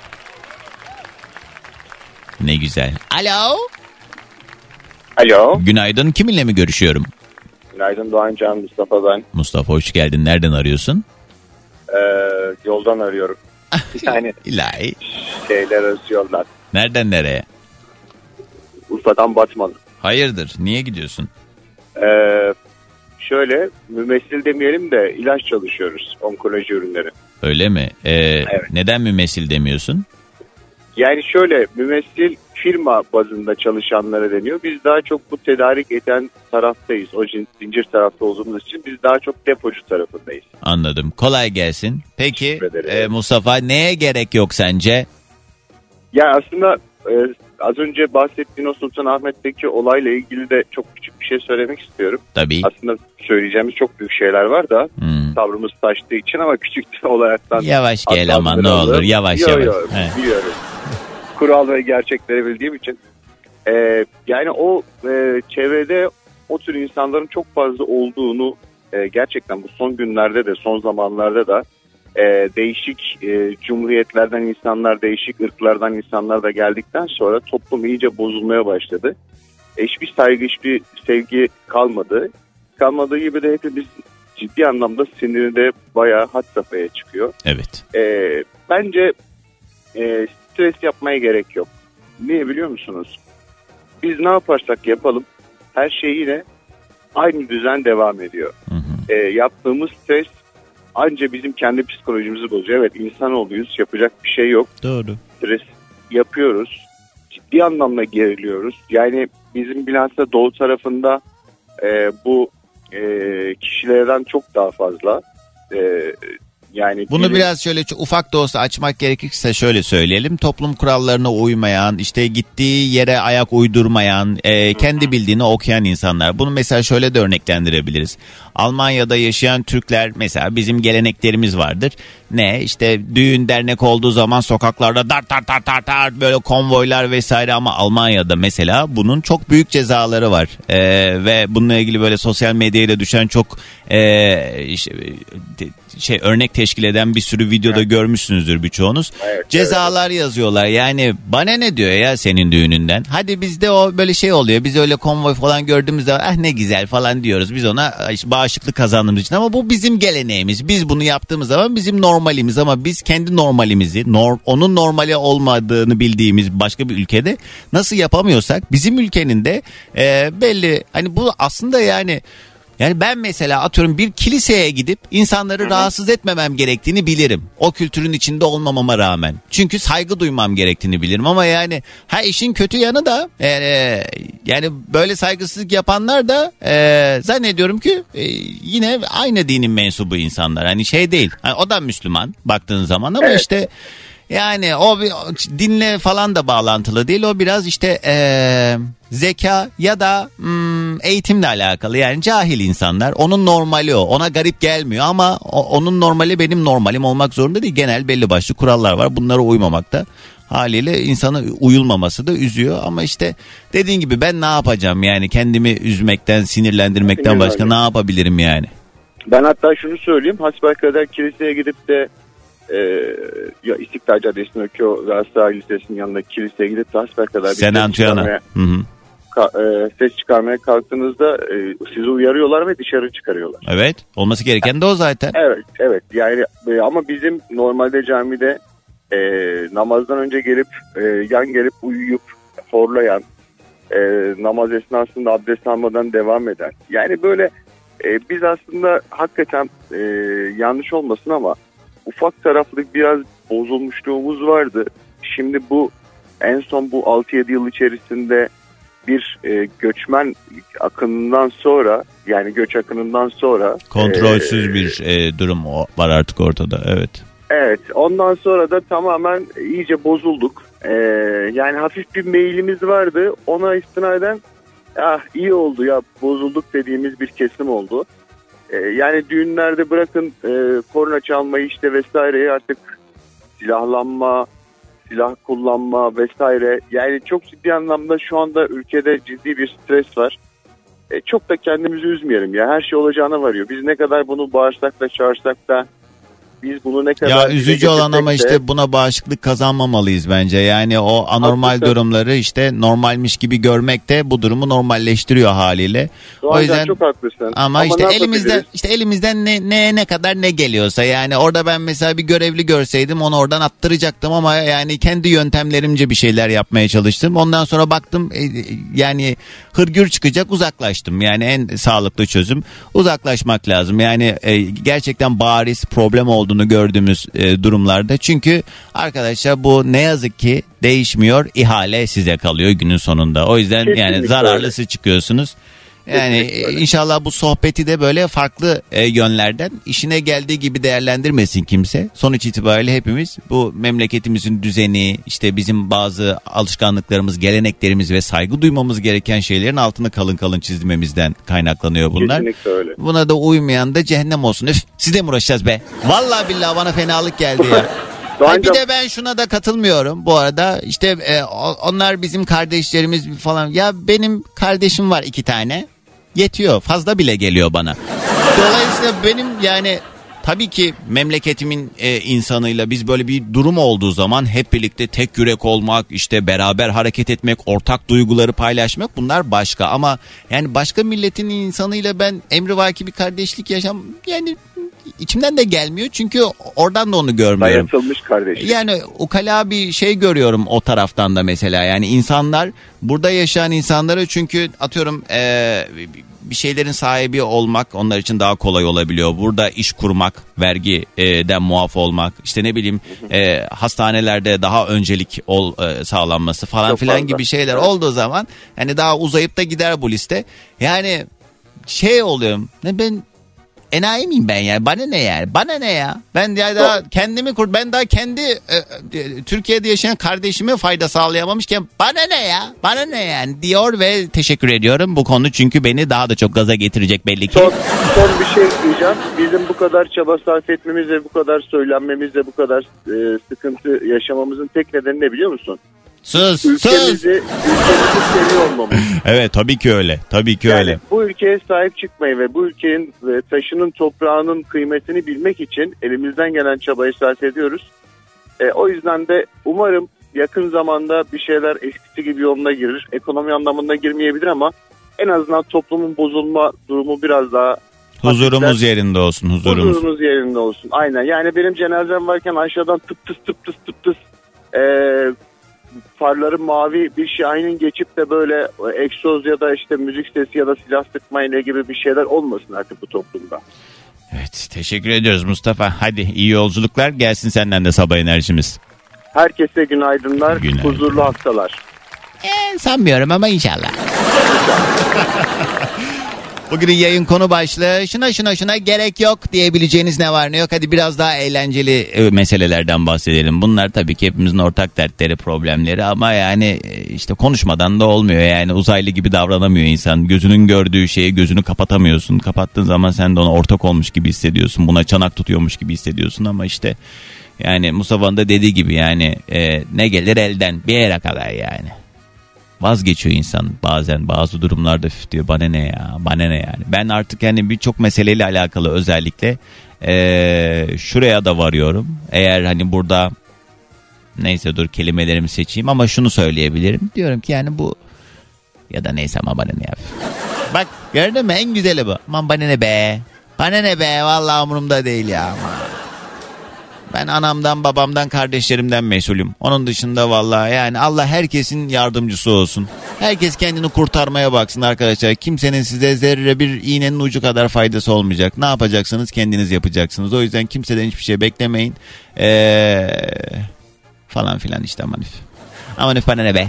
Ne güzel. Alo. Alo. Günaydın. Kiminle mi görüşüyorum? Günaydın Doğan Can, Mustafa ben. Mustafa hoş geldin. Nereden arıyorsun? Yoldan arıyorum. Yani İlahi. şeyler özlüyorlar. Nereden nereye? Urfa'dan Batman'a. Hayırdır? Niye gidiyorsun? Şöyle mümessil demeyelim de ilaç çalışıyoruz, onkoloji ürünleri. Öyle mi? Evet. Neden mümessil demiyorsun? Yani şöyle mümessil firma bazında çalışanlara deniyor. Biz daha çok bu tedarik eden taraftayız. O zincir tarafta olduğumuz için biz daha çok depocu tarafındayız. Anladım. Kolay gelsin. Peki Teşekkür ederim. Mustafa neye gerek yok sence? Ya aslında az önce bahsettiğin o Sultanahmet'teki olayla ilgili de çok küçük bir şey söylemek istiyorum. Tabii. Aslında söyleyeceğimiz çok büyük şeyler var da sabrımız taştığı için ama küçük olaylardan. Yavaş gel ama ne olur yavaş. Biliyorum. Kural ve gerçekleri bildiğim için. Yani o çevrede o tür insanların çok fazla olduğunu gerçekten bu son günlerde de son zamanlarda da değişik cumhuriyetlerden insanlar, değişik ırklardan insanlar da geldikten sonra toplum iyice bozulmaya başladı. Hiçbir saygı, hiçbir sevgi kalmadı. Kalmadığı gibi de hepimiz ciddi anlamda sinirinde bayağı had safhaya çıkıyor. Evet. Bence stres yapmaya gerek yok. Niye biliyor musunuz? Biz ne yaparsak yapalım her şey yine aynı düzen devam ediyor. Yaptığımız stres anca bizim kendi psikolojimizi bozuyor. Evet, insanoğluyuz, yapacak bir şey yok. Doğru. Stres yapıyoruz. Ciddi anlamda geriliyoruz. Yani bizim bilhassa doğu tarafında bu kişilerden çok daha fazla. Yani bunu biraz şöyle ufak da olsa açmak gerekirse şöyle söyleyelim. Toplum kurallarına uymayan, işte gittiği yere ayak uydurmayan, kendi bildiğini okuyan insanlar. Bunu mesela şöyle de örneklendirebiliriz. Almanya'da yaşayan Türkler mesela bizim geleneklerimiz vardır. Ne? İşte düğün dernek olduğu zaman sokaklarda dar böyle konvoylar vesaire ama Almanya'da mesela bunun çok büyük cezaları var. Ve bununla ilgili böyle sosyal medyaya da düşen çok örnek teşkil eden bir sürü videoda görmüşsünüzdür birçoğunuz. Evet, cezalar yazıyorlar. Yani bana ne diyor ya senin düğününden? Hadi bizde o böyle şey oluyor. Biz öyle konvoy falan gördüğümüzde ne güzel falan diyoruz. Biz ona bağışıklık kazandığımız için ama bu bizim geleneğimiz. Biz bunu yaptığımız zaman bizim normalimiz ama biz kendi normalimizi, onun normali olmadığını bildiğimiz başka bir ülkede nasıl yapamıyorsak bizim ülkenin de belli hani bu aslında yani ben mesela atıyorum bir kiliseye gidip insanları rahatsız etmemem gerektiğini bilirim. O kültürün içinde olmamama rağmen. Çünkü saygı duymam gerektiğini bilirim ama yani işin kötü yanı da yani böyle saygısızlık yapanlar da zannediyorum ki yine aynı dinin mensubu insanlar. Hani şey değil. Hani o da Müslüman baktığın zaman ama işte yani o dinle falan da bağlantılı değil. O biraz işte zeka ya da eğitimle alakalı. Yani cahil insanlar. Onun normali o. Ona garip gelmiyor ama onun normali benim normalim olmak zorunda değil. Genel belli başlı kurallar var. Bunlara uymamak da haliyle insana uyulmaması da üzüyor. Ama işte dediğin gibi ben ne yapacağım yani kendimi üzmekten, sinirlendirmekten başka ne yapabilirim yani? Ben hatta şunu söyleyeyim. Hasbelkader kiliseye gidip de ya İstiklal Caddesi'ndeki o Galatasaray Lisesi'nin yanındaki kiliseye gidip de hasbelkader ses çıkarmaya kalktığınızda sizi uyarıyorlar ve dışarı çıkarıyorlar. Evet, olması gereken de o zaten. Evet yani ama bizim normalde camide namazdan önce gelip yan gelip uyuyup horlayan, namaz esnasında abdest almadan devam eden. Yani böyle biz aslında hakikaten yanlış olmasın ama ufak taraflı biraz bozulmuşluğumuz vardı. Şimdi bu en son bu 6-7 yıl içerisinde bir göçmen akınından sonra yani göç akınından sonra kontrolsüz bir durum var artık ortada. Evet, ondan sonra da tamamen iyice bozulduk. Yani hafif bir mailimiz vardı. Ona istinaden iyi oldu ya bozulduk dediğimiz bir kesim oldu. Yani düğünlerde bırakın korna çalmayı işte vesaireyi artık silahlanma, silah kullanma vesaire. Yani çok ciddi anlamda şu anda ülkede ciddi bir stres var. Çok da kendimizi üzmeyelim ya. Her şey olacağına varıyor. Biz ne kadar bunu bağırsak da çağırsak da biz bunu ne kadar... Ya üzücü olan ama işte buna bağışıklık kazanmamalıyız bence. Yani o anormal durumları işte normalmiş gibi görmek de bu durumu normalleştiriyor haliyle. O yüzden çok haklısın. Ama işte elimizden ne kadar ne geliyorsa yani orada ben mesela bir görevli görseydim onu oradan attıracaktım ama yani kendi yöntemlerimce bir şeyler yapmaya çalıştım. Ondan sonra baktım yani hırgür çıkacak uzaklaştım. Yani en sağlıklı çözüm uzaklaşmak lazım. Yani gerçekten bariz problem olduğunu gördüğümüz durumlarda. Çünkü arkadaşlar bu ne yazık ki değişmiyor. İhale size kalıyor günün sonunda. O yüzden kesinlikle yani zararlısı çıkıyorsunuz. Yani inşallah bu sohbeti de böyle farklı yönlerden işine geldiği gibi değerlendirmesin kimse. Sonuç itibariyle hepimiz bu memleketimizin düzeni, işte bizim bazı alışkanlıklarımız, geleneklerimiz ve saygı duymamız gereken şeylerin altını kalın kalın çizmemizden kaynaklanıyor bunlar. Kesinlikle öyle. Buna da uymayan da cehennem olsun. Üf, sizle mi uğraşacağız be? Vallahi billahi bana fenalık geldi ya. Ay bir de ben şuna da katılmıyorum bu arada. İşte onlar bizim kardeşlerimiz falan. Ya benim kardeşim var 2 tane. Yetiyor. Fazla bile geliyor bana. Dolayısıyla benim yani tabii ki memleketimin insanıyla biz böyle bir durum olduğu zaman hep birlikte tek yürek olmak, işte beraber hareket etmek, ortak duyguları paylaşmak, bunlar başka. Ama yani başka milletin insanıyla ben emrivaki bir kardeşlik yaşam yani içimden de gelmiyor. Çünkü oradan da onu görmüyorum. Dayatılmış kardeşlik. Yani ukala bir şey görüyorum o taraftan da mesela. Yani insanlar, burada yaşayan insanları, çünkü atıyorum bir şeylerin sahibi olmak onlar için daha kolay olabiliyor. Burada iş kurmak, vergiden muaf olmak, işte ne bileyim hastanelerde daha öncelik sağlanması falan çok filan fazla gibi şeyler olduğu zaman hani daha uzayıp da gider bu liste. Yani şey oluyor. Ben enayi miyim ben ya? Bana ne yani? Bana ne ya? Ben daha kendimi ben daha kendi Türkiye'de yaşayan kardeşime fayda sağlayamamışken bana ne ya? Bana ne yani? Diyor ve teşekkür ediyorum bu konu, çünkü beni daha da çok gaza getirecek belli ki. Son bir şey ekleyeceğim. Bizim bu kadar çaba sarf etmemiz ve bu kadar söylenmemiz ve bu kadar sıkıntı yaşamamızın tek nedeni ne biliyor musun? Ülkemizi seviyor olmamız. Evet, tabii ki öyle. Tabii ki öyle. Bu ülkeye sahip çıkmayı ve bu ülkenin taşının, toprağının kıymetini bilmek için elimizden gelen çabayı sarf ediyoruz. O yüzden de umarım yakın zamanda bir şeyler eskisi gibi yoluna girir. Ekonomi anlamında girmeyebilir ama en azından toplumun bozulma durumu biraz daha huzurumuz yerinde olsun. Huzurumuz yerinde olsun. Aynen. Yani benim cenazem varken aşağıdan tıp tıs farları mavi bir Şahin'in geçip de böyle egzoz ya da işte müzik sesi ya da silah sıkmayla gibi bir şeyler olmasın artık bu toplumda. Evet, teşekkür ediyoruz Mustafa. Hadi iyi yolculuklar, gelsin senden de sabah enerjimiz. Herkese günaydınlar, Günaydın. Huzurlu haftalar. Sanmıyorum ama inşallah. Bugünün yayın konu başlığı şuna gerek yok diyebileceğiniz ne var ne yok. Hadi biraz daha eğlenceli meselelerden bahsedelim. Bunlar tabii ki hepimizin ortak dertleri, problemleri ama yani işte konuşmadan da olmuyor. Yani uzaylı gibi davranamıyor insan. Gözünün gördüğü şeye gözünü kapatamıyorsun. Kapattığın zaman sen de ona ortak olmuş gibi hissediyorsun. Buna çanak tutuyormuş gibi hissediyorsun ama işte yani Mustafa'nın da dediği gibi yani ne gelir elden bir yere kadar yani. Vazgeçiyor insan bazen, bazı durumlarda diyor bana ne yani. Ben artık yani birçok meseleyle alakalı özellikle şuraya da varıyorum. Eğer hani burada neyse dur kelimelerimi seçeyim ama şunu söyleyebilirim. Diyorum ki yani bu ya da neyse ama bana ne yap. Bak gördün mü, en güzeli bu. Aman bana ne be. Bana ne be, vallahi umurumda değil ya. Ben anamdan, babamdan, kardeşlerimden mesulüm. Onun dışında vallahi yani Allah herkesin yardımcısı olsun. Herkes kendini kurtarmaya baksın arkadaşlar. Kimsenin size zerre bir iğnenin ucu kadar faydası olmayacak. Ne yapacaksınız? Kendiniz yapacaksınız. O yüzden kimseden hiçbir şey beklemeyin. Falan filan işte amanif. Amanif bana ne be.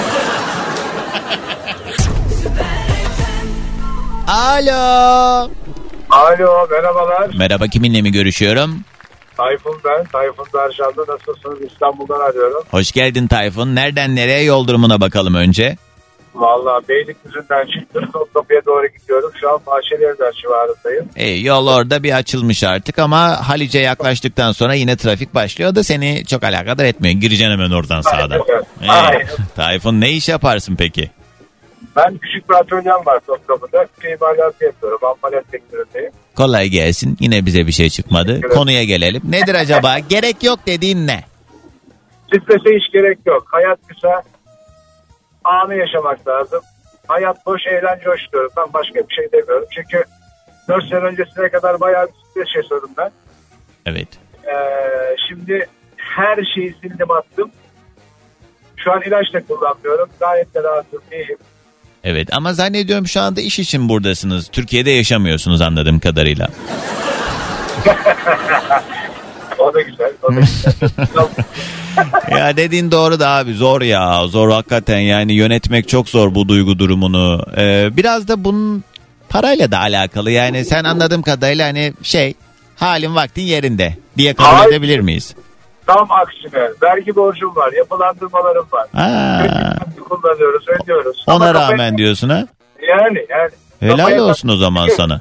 Alo. Alo, merhabalar. Merhaba, kiminle mi görüşüyorum? Tayfun ben. Tayfun Darşan'da, nasılsınız? İstanbul'dan arıyorum. Hoş geldin Tayfun. Nereden nereye, yol durumuna bakalım önce. Vallahi Beylikdüzü'nden çıktım. Topkapı'ya doğru gidiyorum. Şu an Bahçelievler civarındayım. Yol orada bir açılmış artık ama Haliç'e yaklaştıktan sonra yine trafik başlıyor. O da seni çok alakadar etmiyor. Gireceksin hemen oradan sağdan. Aynen. Tayfun, ne iş yaparsın peki? Ben küçük bir atölyem var Topkapı'da. İmalatı yapıyorum. Ampalet sektöründeyim. Kolay gelsin. Yine bize bir şey çıkmadı. Konuya gelelim. Nedir acaba? Gerek yok dediğin ne? Strese hiç gerek yok. Hayat güzel. Anı yaşamak lazım. Hayat boş, eğlence hoş diyorum. Ben başka bir şey demiyorum. Çünkü 4 sene öncesine kadar bayağı bir stres yaşadım ben. Evet. Şimdi her şeyi sildim attım. Şu an ilaç da kullanmıyorum. Gayet de rahatım, iyiyim. Evet ama zannediyorum şu anda iş için buradasınız. Türkiye'de yaşamıyorsunuz anladığım kadarıyla. O da güzel. O da güzel. Ya dediğin doğru da abi, zor ya, zor hakikaten, yani yönetmek çok zor bu duygu durumunu. Biraz da bunun parayla da alakalı, yani sen anladığım kadarıyla hani halin vaktin yerinde diye kabul edebilir miyiz? Tam aksine vergi borcum var, yapılandırmalarım var. Kredi kullanıyoruz, ödüyoruz. Ona rağmen diyorsun ha? Yani. Helal olsun o zaman sana.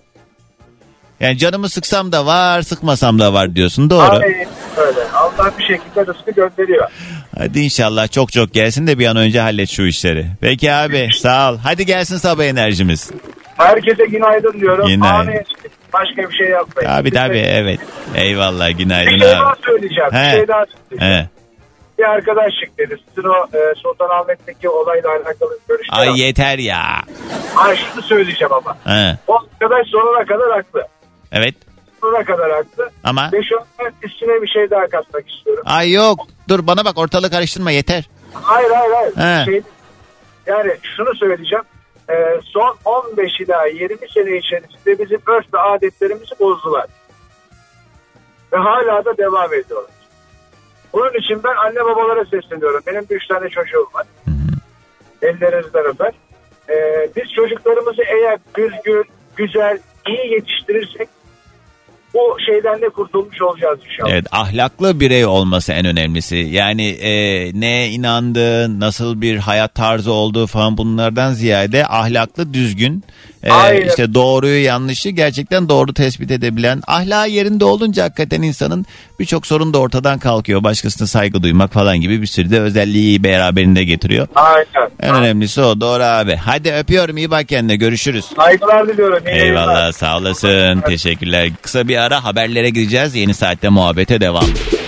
Yani canımı sıksam da var, sıkmasam da var diyorsun, doğru. Aynen öyle. Allah bir şekilde rızkı gönderiyor. Hadi inşallah çok gelsin de bir an önce hallet şu işleri. Peki abi, sağ ol. Hadi gelsin sabah enerjimiz. Herkese günaydın diyorum. Günaydın. Amin. Başka bir şey yapmayın. Abi tabii, evet. Eyvallah, günaydın Bir şey abi. daha söyleyeceğim. He. Bir arkadaşlık dedi. Sizin o Sultanahmet'teki olayla alakalı görüşler. Ay yeter ya. Şunu söyleyeceğim ama. He. O arkadaş sonuna kadar haklı. Evet. Sonuna kadar haklı. Ama? Ve şu an üstüne bir şey daha katmak istiyorum. Ay yok. Dur bana bak, ortalığı karıştırma, yeter. Hayır. He. Yani şunu söyleyeceğim. Son 15 ila 20 sene içerisinde bizim örf ve adetlerimizi bozdular. Ve hala da devam ediyorlar. Bunun için ben anne babalara sesleniyorum. Benim 3 tane çocuğum var. Ellerinizden öper. Biz çocuklarımızı eğer düzgün, güzel, iyi yetiştirirsek bu şeyden de kurtulmuş olacağız inşallah. Evet, ahlaklı birey olması en önemlisi. Yani neye inandığı, nasıl bir hayat tarzı olduğu falan, bunlardan ziyade ahlaklı, düzgün, işte doğruyu yanlışı gerçekten doğru tespit edebilen, ahlakı yerinde olunca hakikaten insanın birçok sorun da ortadan kalkıyor. Başkasına saygı duymak falan gibi bir sürü de özelliği beraberinde getiriyor. Aynen. En önemlisi o, doğru abi. Hadi öpüyorum, iyi bak kendine, görüşürüz. Saygılar diliyorum. Eyvallah, sağ olasın, teşekkürler. Kısa bir ara, haberlere gideceğiz. Yeni saatte muhabbete devam.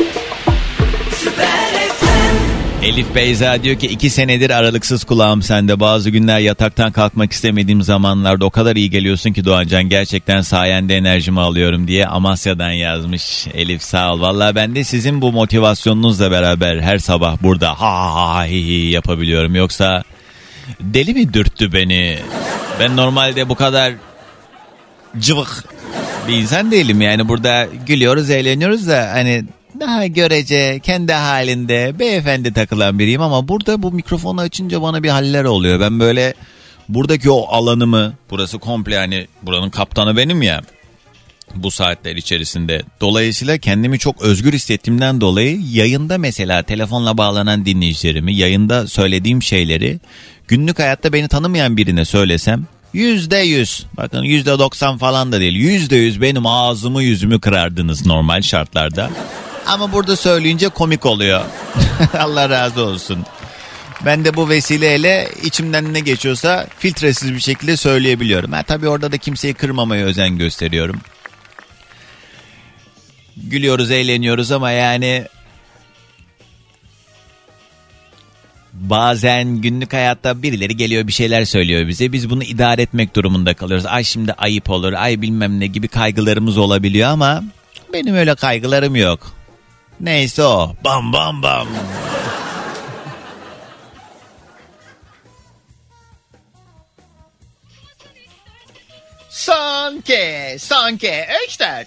Elif Beyza diyor ki 2 senedir aralıksız kulağım sende. Bazı günler yataktan kalkmak istemediğim zamanlarda o kadar iyi geliyorsun ki Doğancan. Gerçekten sayende enerjimi alıyorum diye Amasya'dan yazmış Elif, sağ ol. Vallahi ben de sizin bu motivasyonunuzla beraber her sabah burada ha hi yapabiliyorum. Yoksa deli mi dürttü beni? Ben normalde bu kadar cıvık bir insan değilim, yani burada gülüyoruz, eğleniyoruz da hani daha görece, kendi halinde beyefendi takılan biriyim, ama burada bu mikrofonu açınca bana bir haller oluyor. Ben böyle buradaki o alanımı, burası komple, yani buranın kaptanı benim ya bu saatler içerisinde. Dolayısıyla kendimi çok özgür hissettiğimden dolayı yayında mesela telefonla bağlanan dinleyicilerimi, yayında söylediğim şeyleri günlük hayatta beni tanımayan birine söylesem %100, bakın %90 falan da değil, %100 benim ağzımı yüzümü kırardınız normal şartlarda. Ama burada söyleyince komik oluyor. Allah razı olsun. Ben de bu vesileyle içimden ne geçiyorsa filtresiz bir şekilde söyleyebiliyorum. Tabii orada da kimseyi kırmamaya özen gösteriyorum. Gülüyoruz, eğleniyoruz ama yani bazen günlük hayatta birileri geliyor, bir şeyler söylüyor bize. Biz bunu idare etmek durumunda kalıyoruz. Ay şimdi ayıp olur, ay bilmem ne gibi kaygılarımız olabiliyor ama benim öyle kaygılarım yok. Neyse o. Bam bam bam. Son kez. 3 4.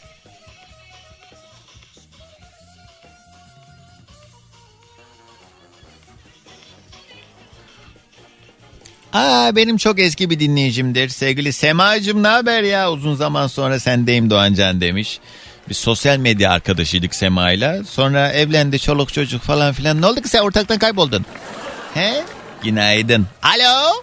Benim çok eski bir dinleyicimdir. Sevgili Semacığım, ne haber ya? Uzun zaman sonra sendeyim Doğancan demiş. Biz sosyal medya arkadaşıydık Sema'yla. Sonra evlendi, çoluk çocuk falan filan. Ne oldu ki sen ortaktan kayboldun? He? Günaydın. Alo?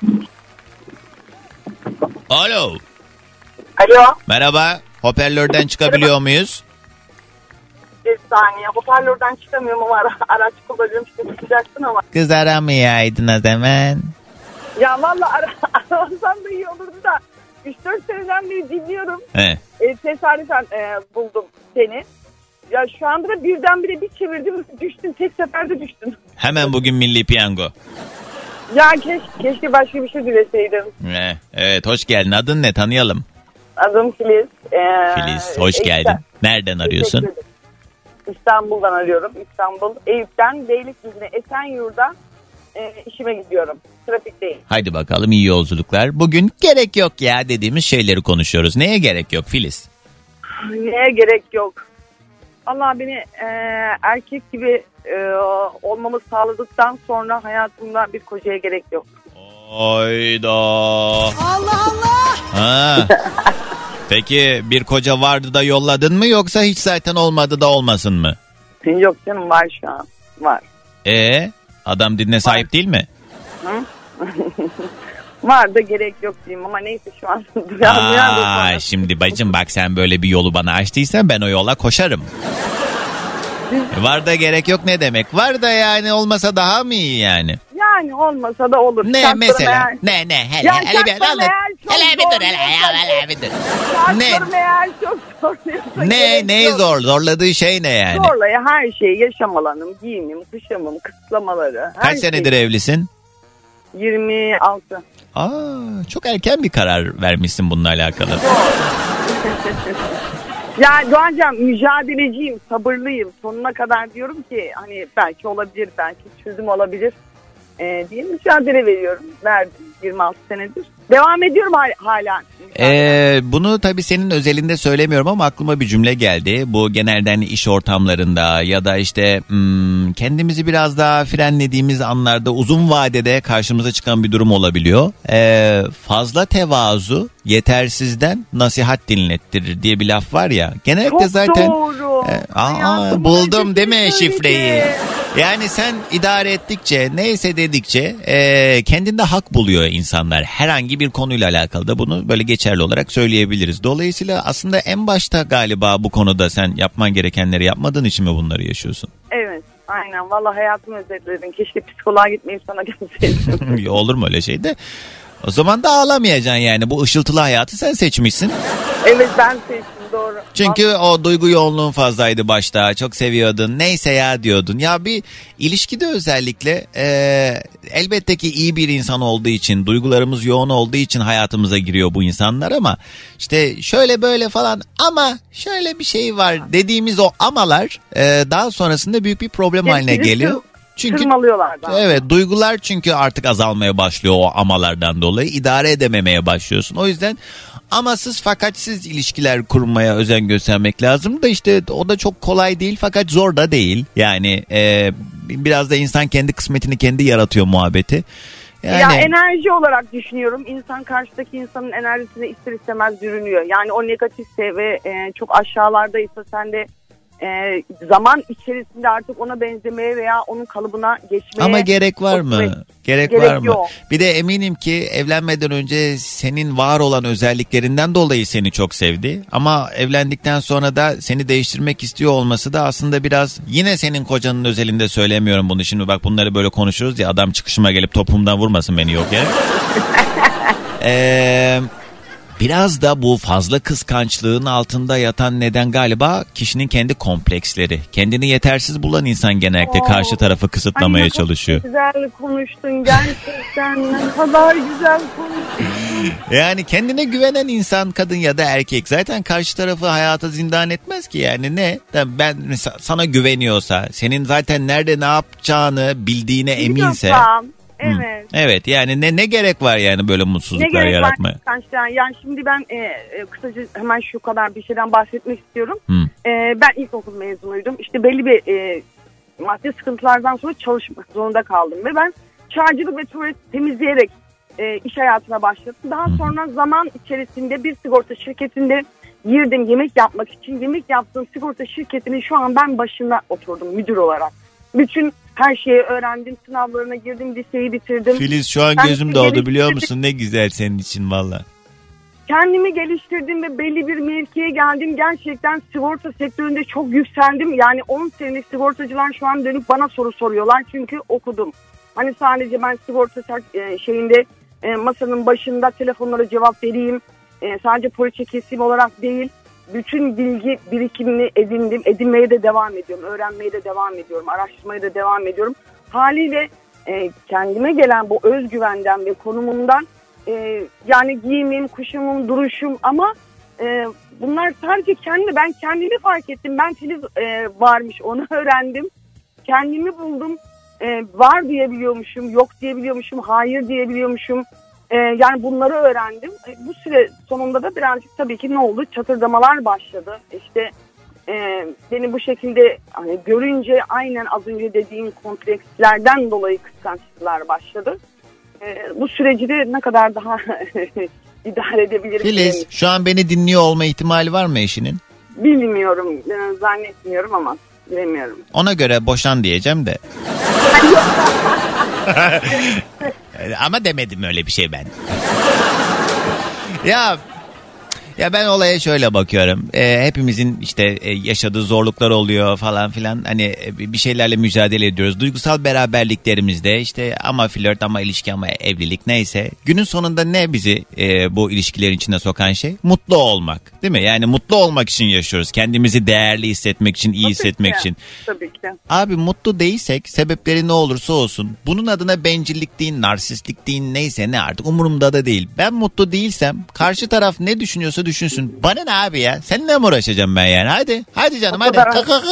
Alo? Merhaba. Hoparlörden çıkabiliyor muyuz? Bir saniye. Hoparlörden çıkamıyorum ama araç kullanıyorum. İşte çıkacaksın ama. Kız aramayaydın o zaman. Ya valla aramasam da iyi olurdu da 3-4 seneden beri dinliyorum. Tesadüfen buldum seni. Ya şu anda da birdenbire bir çevirdim, düştün, tek seferde düştün. Hemen bugün Milli Piyango. Ya keşke başka bir şey dileseydim. Evet, hoş geldin. Adın ne, tanıyalım? Adım Filiz. Filiz, hoş geldin. Nereden arıyorsun? İstanbul'dan arıyorum. İstanbul, Eyüp'ten Beylikdüzü'ne, Esenyurt'a işime gidiyorum. Trafikteyim. Haydi bakalım, iyi yolculuklar. Bugün gerek yok ya dediğimiz şeyleri konuşuyoruz. Neye gerek yok Filiz? Neye gerek yok? Allah beni erkek gibi olmamı sağladıktan sonra hayatımda bir kocaya gerek yok. Hayda. Allah Allah. Ha. Peki bir koca vardı da yolladın mı yoksa hiç zaten olmadı da olmasın mı? Yok canım, var şu an. Var. Adam dinle sahip değil mi? Hı? Var da gerek yok diyeyim ama neyse şu an. Şimdi bacım bak, sen böyle bir yolu bana açtıysan ben o yola koşarım. Var da gerek yok ne demek? Var da yani olmasa daha mı iyi yani? Yani olmasa da olur. Ne mesela? Ne? Hele bir anlat. Hele bir dur. Ne? Eğer çok zorluyorsa ne zorladığı şey ne yani? Zorlaya her şeyi, yaşam alanım, giyimim, kuşamım, kısıtlamaları. Kaç senedir evlisin? 26. Çok erken bir karar vermişsin bununla alakalı. Ya Doğancığım, mücadeleciyim, sabırlıyım. Sonuna kadar diyorum ki hani belki olabilir, belki çözüm olabilir diye mücadele veriyorum. Verdim 26 senedir. Devam ediyorum hala. Bunu tabii senin özelinde söylemiyorum ama aklıma bir cümle geldi. Bu genelden iş ortamlarında ya da işte kendimizi biraz daha frenlediğimiz anlarda uzun vadede karşımıza çıkan bir durum olabiliyor. Fazla tevazu yetersizden nasihat dinlettirir diye bir laf var ya. Genellikle çok zaten doğru. Buldum değil mi şifreyi? Yani sen idare ettikçe, neyse dedikçe kendinde hak buluyor insanlar. Herhangi bir konuyla alakalı da bunu böyle geçerli olarak söyleyebiliriz. Dolayısıyla aslında en başta galiba bu konuda sen yapman gerekenleri yapmadığın için mi bunları yaşıyorsun? Evet, aynen. Vallahi hayatımı özetledin. Keşke psikoloğa gitmeyip sana gelseydim. Olur mu öyle şey de? O zaman da ağlamayacaksın yani. Bu ışıltılı hayatı sen seçmişsin. Evet, ben seçtim, doğru. Çünkü o duygu yoğunluğun fazlaydı başta. Çok seviyordun. Neyse ya diyordun. Ya bir ilişkide özellikle elbette ki iyi bir insan olduğu için, duygularımız yoğun olduğu için hayatımıza giriyor bu insanlar ama işte şöyle böyle falan ama şöyle bir şey var dediğimiz o amalar daha sonrasında büyük bir problem haline geliyor. Çünkü evet, duygular çünkü artık azalmaya başlıyor o amalardan dolayı, idare edememeye başlıyorsun. O yüzden amasız fakatsız ilişkiler kurmaya özen göstermek lazım da işte o da çok kolay değil fakat zor da değil. Yani biraz da insan kendi kısmetini kendi yaratıyor muhabbeti. Yani... Ya enerji olarak düşünüyorum. İnsan karşıdaki insanın enerjisine ister istemez bürünüyor. Yani o negatifse ve çok aşağılardaysa sen de zaman içerisinde artık ona benzemeye veya onun kalıbına geçmeye... Ama gerek var mı? Gerek var mı? Yok. Bir de eminim ki evlenmeden önce senin var olan özelliklerinden dolayı seni çok sevdi. Ama evlendikten sonra da seni değiştirmek istiyor olması da aslında biraz, yine senin kocanın özelinde söylemiyorum bunu. Şimdi bak bunları böyle konuşuyoruz ya, adam çıkışıma gelip topumdan vurmasın beni yok ya. Biraz da bu fazla kıskançlığın altında yatan neden galiba kişinin kendi kompleksleri. Kendini yetersiz bulan insan genellikle karşı tarafı kısıtlamaya çalışıyor. Güzel konuştun gerçekten. Ne kadar güzel konuştun. Yani kendine güvenen insan, kadın ya da erkek, zaten karşı tarafı hayata zindan etmez ki. Yani ne? Ben sana güveniyorsa, senin zaten nerede ne yapacağını bildiğine eminse... Evet. Evet, yani ne gerek var yani böyle mutsuzluklar yaratmaya? Yani şimdi ben kısaca hemen şu kadar bir şeyden bahsetmek istiyorum. Ben ilkokul mezunuydum. İşte belli bir maddi sıkıntılardan sonra çalışmak zorunda kaldım. Ve ben çaycılık ve tuvalet temizleyerek iş hayatına başladım. Daha sonra zaman içerisinde bir sigorta şirketinde girdim yemek yapmak için. Yemek yaptığım sigorta şirketinin şu an ben başına oturdum müdür olarak. Bütün her şeyi öğrendim, sınavlarına girdim, liseyi bitirdim. Filiz, şu an gözüm doldu biliyor musun? Ne güzel senin için valla. Kendimi geliştirdim ve belli bir mevkiye geldim. Gerçekten sigorta sektöründe çok yükseldim. Yani 10 senelik sigortacılar şu an dönüp bana soru soruyorlar. Çünkü okudum. Hani sadece ben sigorta şeyinde masanın başında telefonlara cevap vereyim. Sadece poliçe kesim olarak değil. Bütün bilgi birikimini edindim. Edinmeye de devam ediyorum. Öğrenmeye de devam ediyorum. Araştırmaya da devam ediyorum. Haliyle kendime gelen bu özgüvenden ve konumumdan yani giyimim, kuşamım, duruşum ama bunlar sadece ben kendimi fark ettim. Ben Filiz varmış, onu öğrendim. Kendimi buldum. Var diyebiliyormuşum, yok diyebiliyormuşum, hayır diyebiliyormuşum. Yani bunları öğrendim. Bu süre sonunda da birazcık tabii ki ne oldu? Çatırdamalar başladı. İşte beni bu şekilde hani görünce aynen az önce dediğim komplekslerden dolayı kıskançlıklar başladı. Bu süreci de ne kadar daha idare edebilirim. Filiz, şu an beni dinliyor olma ihtimali var mı eşinin? Bilmiyorum, zannetmiyorum ama bilemiyorum. Ona göre boşan diyeceğim de. Ama demedim öyle bir şey ben. Ya ben olaya şöyle bakıyorum. Hepimizin işte yaşadığı zorluklar oluyor falan filan. Hani bir şeylerle mücadele ediyoruz. Duygusal beraberliklerimizde işte ama flört ama ilişki ama evlilik neyse. Günün sonunda ne bizi bu ilişkilerin içine sokan şey? Mutlu olmak, değil mi? Yani mutlu olmak için yaşıyoruz. Kendimizi değerli hissetmek için, iyi hissetmek için. Tabii ki. Abi mutlu değilsek sebepleri ne olursa olsun. Bunun adına bencillik deyin, narsistlik deyin, neyse ne artık umurumda da değil. Ben mutlu değilsem karşı taraf ne düşünüyorsa düşünsün. Bana ne abi ya? Seninle mi uğraşacağım ben yani? Hadi canım hadi.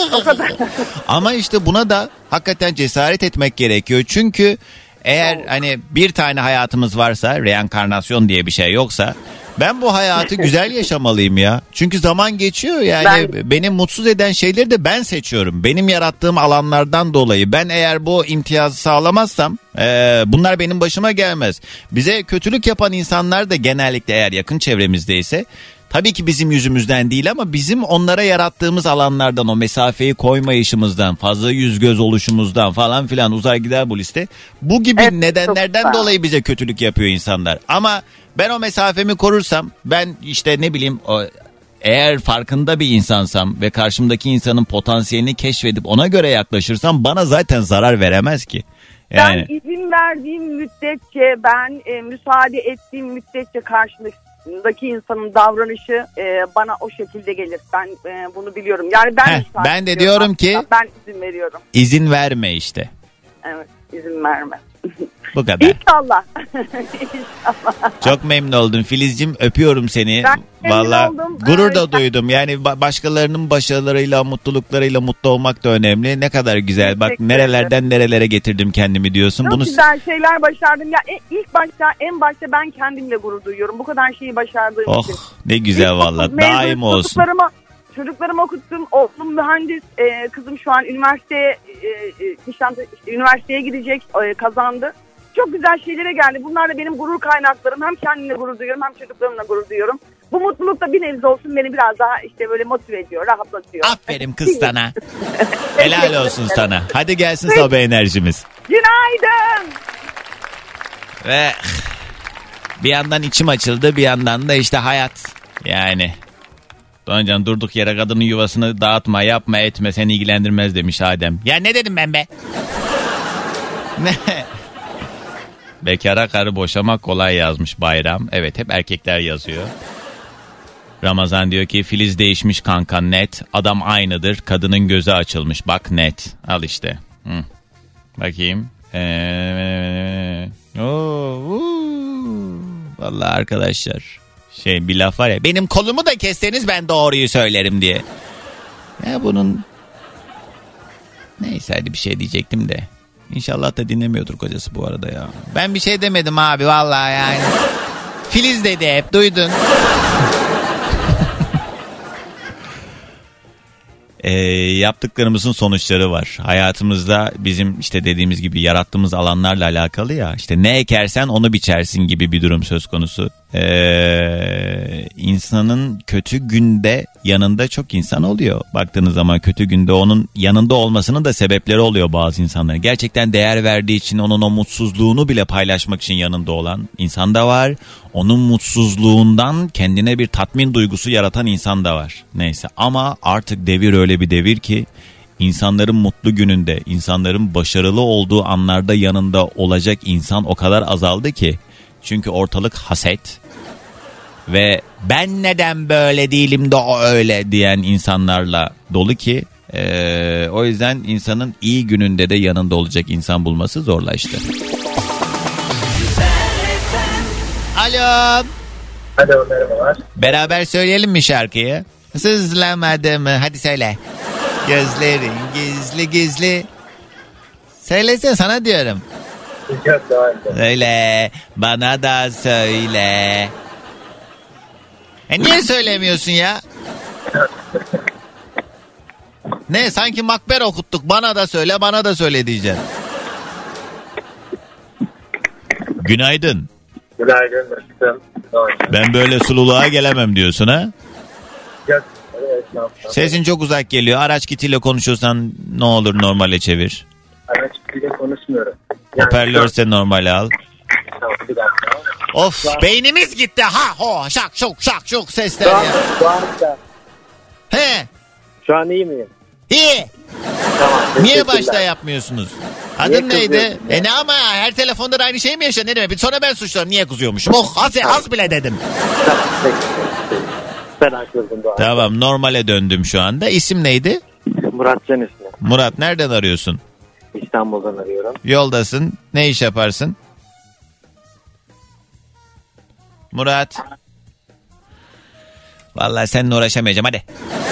Ama işte buna da hakikaten cesaret etmek gerekiyor. Çünkü eğer hani bir tane hayatımız varsa, reenkarnasyon diye bir şey yoksa ben bu hayatı güzel yaşamalıyım ya. Çünkü zaman geçiyor yani beni mutsuz eden şeyleri de ben seçiyorum. Benim yarattığım alanlardan dolayı ben eğer bu imtiyazı sağlamazsam bunlar benim başıma gelmez. Bize kötülük yapan insanlar da genellikle eğer yakın çevremizdeyse tabii ki bizim yüzümüzden değil ama bizim onlara yarattığımız alanlardan, o mesafeyi koymayışımızdan, fazla yüz göz oluşumuzdan falan filan uzar gider bu liste. Bu gibi nedenlerden dolayı bize kötülük yapıyor insanlar. Ama ben o mesafemi korursam, ben işte ne bileyim eğer farkında bir insansam ve karşımdaki insanın potansiyelini keşfedip ona göre yaklaşırsam bana zaten zarar veremez ki. Yani. Ben izin verdiğim müddetçe, ben müsaade ettiğim müddetçe karşımdaki insanın davranışı bana o şekilde gelir. Ben bunu biliyorum. Yani ben de diyorum ki ben izin veriyorum. İzin verme işte. Evet, izin verme. Bu kadar. İnşallah. Çok memnun oldum Filizciğim, öpüyorum seni. Vallahi gurur da duydum. Yani başkalarının başarılarıyla, mutluluklarıyla mutlu olmak da önemli. Ne kadar güzel. Bak nerelerden nerelere getirdim kendimi diyorsun. Çok güzel şeyler başardım. Ya en başta ben kendimle gurur duyuyorum. Bu kadar şeyi başardığım için. Ne güzel vallahi. Daim olsun. Çocuklarımı okuttum. Oğlum mühendis. Kızım şu an üniversiteye gidecek. Kazandı. Çok güzel şeylere geldi. Bunlar da benim gurur kaynaklarım. Hem kendimle gurur duyuyorum hem çocuklarımla gurur duyuyorum. Bu mutluluk da bir nebze olsun beni biraz daha işte böyle motive ediyor, rahatlatıyor. Aferin kız sana. Helal olsun sana. Hadi gelsin sabah enerjimiz. Günaydın. Ve bir yandan içim açıldı, bir yandan da işte hayat. Yani Doğancan durduk yere kadının yuvasını dağıtma, yapma, etme, seni ilgilendirmez demiş Adem. Ya ne dedim ben be? Ne? Bekara karı boşamak kolay yazmış Bayram. Evet, hep erkekler yazıyor. Ramazan diyor ki Filiz değişmiş kanka, net. Adam aynıdır. Kadının gözü açılmış. Bak net. Al işte. Bakayım. Vallahi arkadaşlar. Bir laf var ya. Benim kolumu da kesseniz ben doğruyu söylerim diye. Ya bunun... Neyse hadi bir şey diyecektim de. İnşallah da dinlemiyordur kocası bu arada ya. Ben bir şey demedim abi vallahi yani. Filiz dedi hep, duydun. Yaptıklarımızın sonuçları var. Hayatımızda bizim işte dediğimiz gibi yarattığımız alanlarla alakalı ya. İşte ne ekersen onu biçersin gibi bir durum söz konusu. İnsanın kötü günde yanında çok insan oluyor. Baktığınız zaman kötü günde onun yanında olmasının da sebepleri oluyor bazı insanların. Gerçekten değer verdiği için onun o mutsuzluğunu bile paylaşmak için yanında olan insan da var. Onun mutsuzluğundan kendine bir tatmin duygusu yaratan insan da var. Neyse, ama artık devir öyle bir devir ki insanların mutlu gününde, insanların başarılı olduğu anlarda yanında olacak insan o kadar azaldı ki. Çünkü ortalık haset ve ben neden böyle değilim de o öyle diyen insanlarla dolu ki o yüzden insanın iyi gününde de yanında olacak insan bulması zorlaştı. Alo. Alo, merhabalar. Beraber söyleyelim mi şarkıyı? Sızlamadı mı? Hadi söyle. Gözlerin gizli gizli. Söylesene, sana diyorum. Söyle, bana da söyle. Niye söylemiyorsun ya? Ne sanki makber okuttuk. Bana da söyle diyeceksin. Günaydın. Günaydın. Nasılsın? Ben böyle sululuğa gelemem diyorsun ha? Sesin çok uzak geliyor. Araç kitiyle konuşuyorsan ne olur normale çevir. Araç kitiyle konuşmuyorum. Hoparlörse normale al. Tamam, bir dakika. Of beynimiz gitti. Ha ho şak şok sesler ya. He. Şu an iyi miyim? İyi. Tamam. Niye başta yapmıyorsunuz? Adın neydi? Ne ama her telefonda da aynı şey mi yaşıyor? Ne demek? Sonra ben suçlarım. Niye kızıyormuşum? Az bile dedim. Ben haklısın Doğan. Tamam normale döndüm şu anda. İsim neydi? Murat Can ismi. Murat nereden arıyorsun? İstanbul'dan arıyorum. Yoldasın. Ne iş yaparsın? Murat. Vallahi seninle uğraşamayacağım hadi.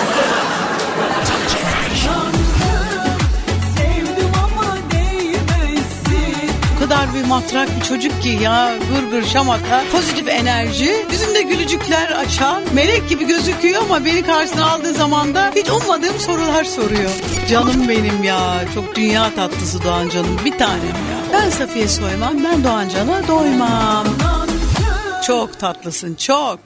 O kadar bir matrak bir çocuk ki ya, gırgır şamata, pozitif enerji, yüzünde gülücükler açan, melek gibi gözüküyor ama beni karşısına aldığı zaman da hiç ummadığım sorular soruyor. Canım benim ya, çok dünya tatlısı Doğan Can'ım, bir tanem ya. Ben Safiye Soyman, ben Doğan Can'a doymam. Çok tatlısın, çok.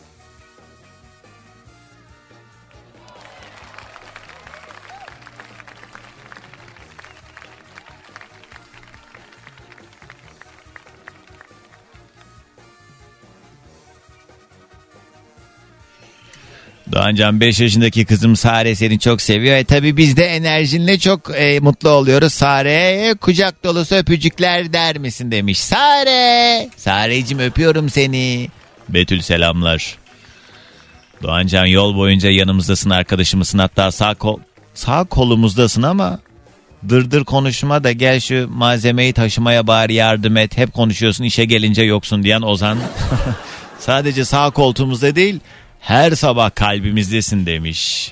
Doğancan 5 yaşındaki kızım Sare seni çok seviyor. Tabii biz de enerjinle çok mutlu oluyoruz. Sare kucak dolusu öpücükler der misin demiş. Sarecim öpüyorum seni. Betül selamlar. Doğancan yol boyunca yanımızdasın, arkadaşımızsın, hatta sağ kolumuzdasın ama dırdır konuşma da gel şu malzemeyi taşımaya bari yardım et. Hep konuşuyorsun işe gelince yoksun diyen Ozan. Sadece sağ koltuğumuzda değil her sabah kalbimizdesin demiş.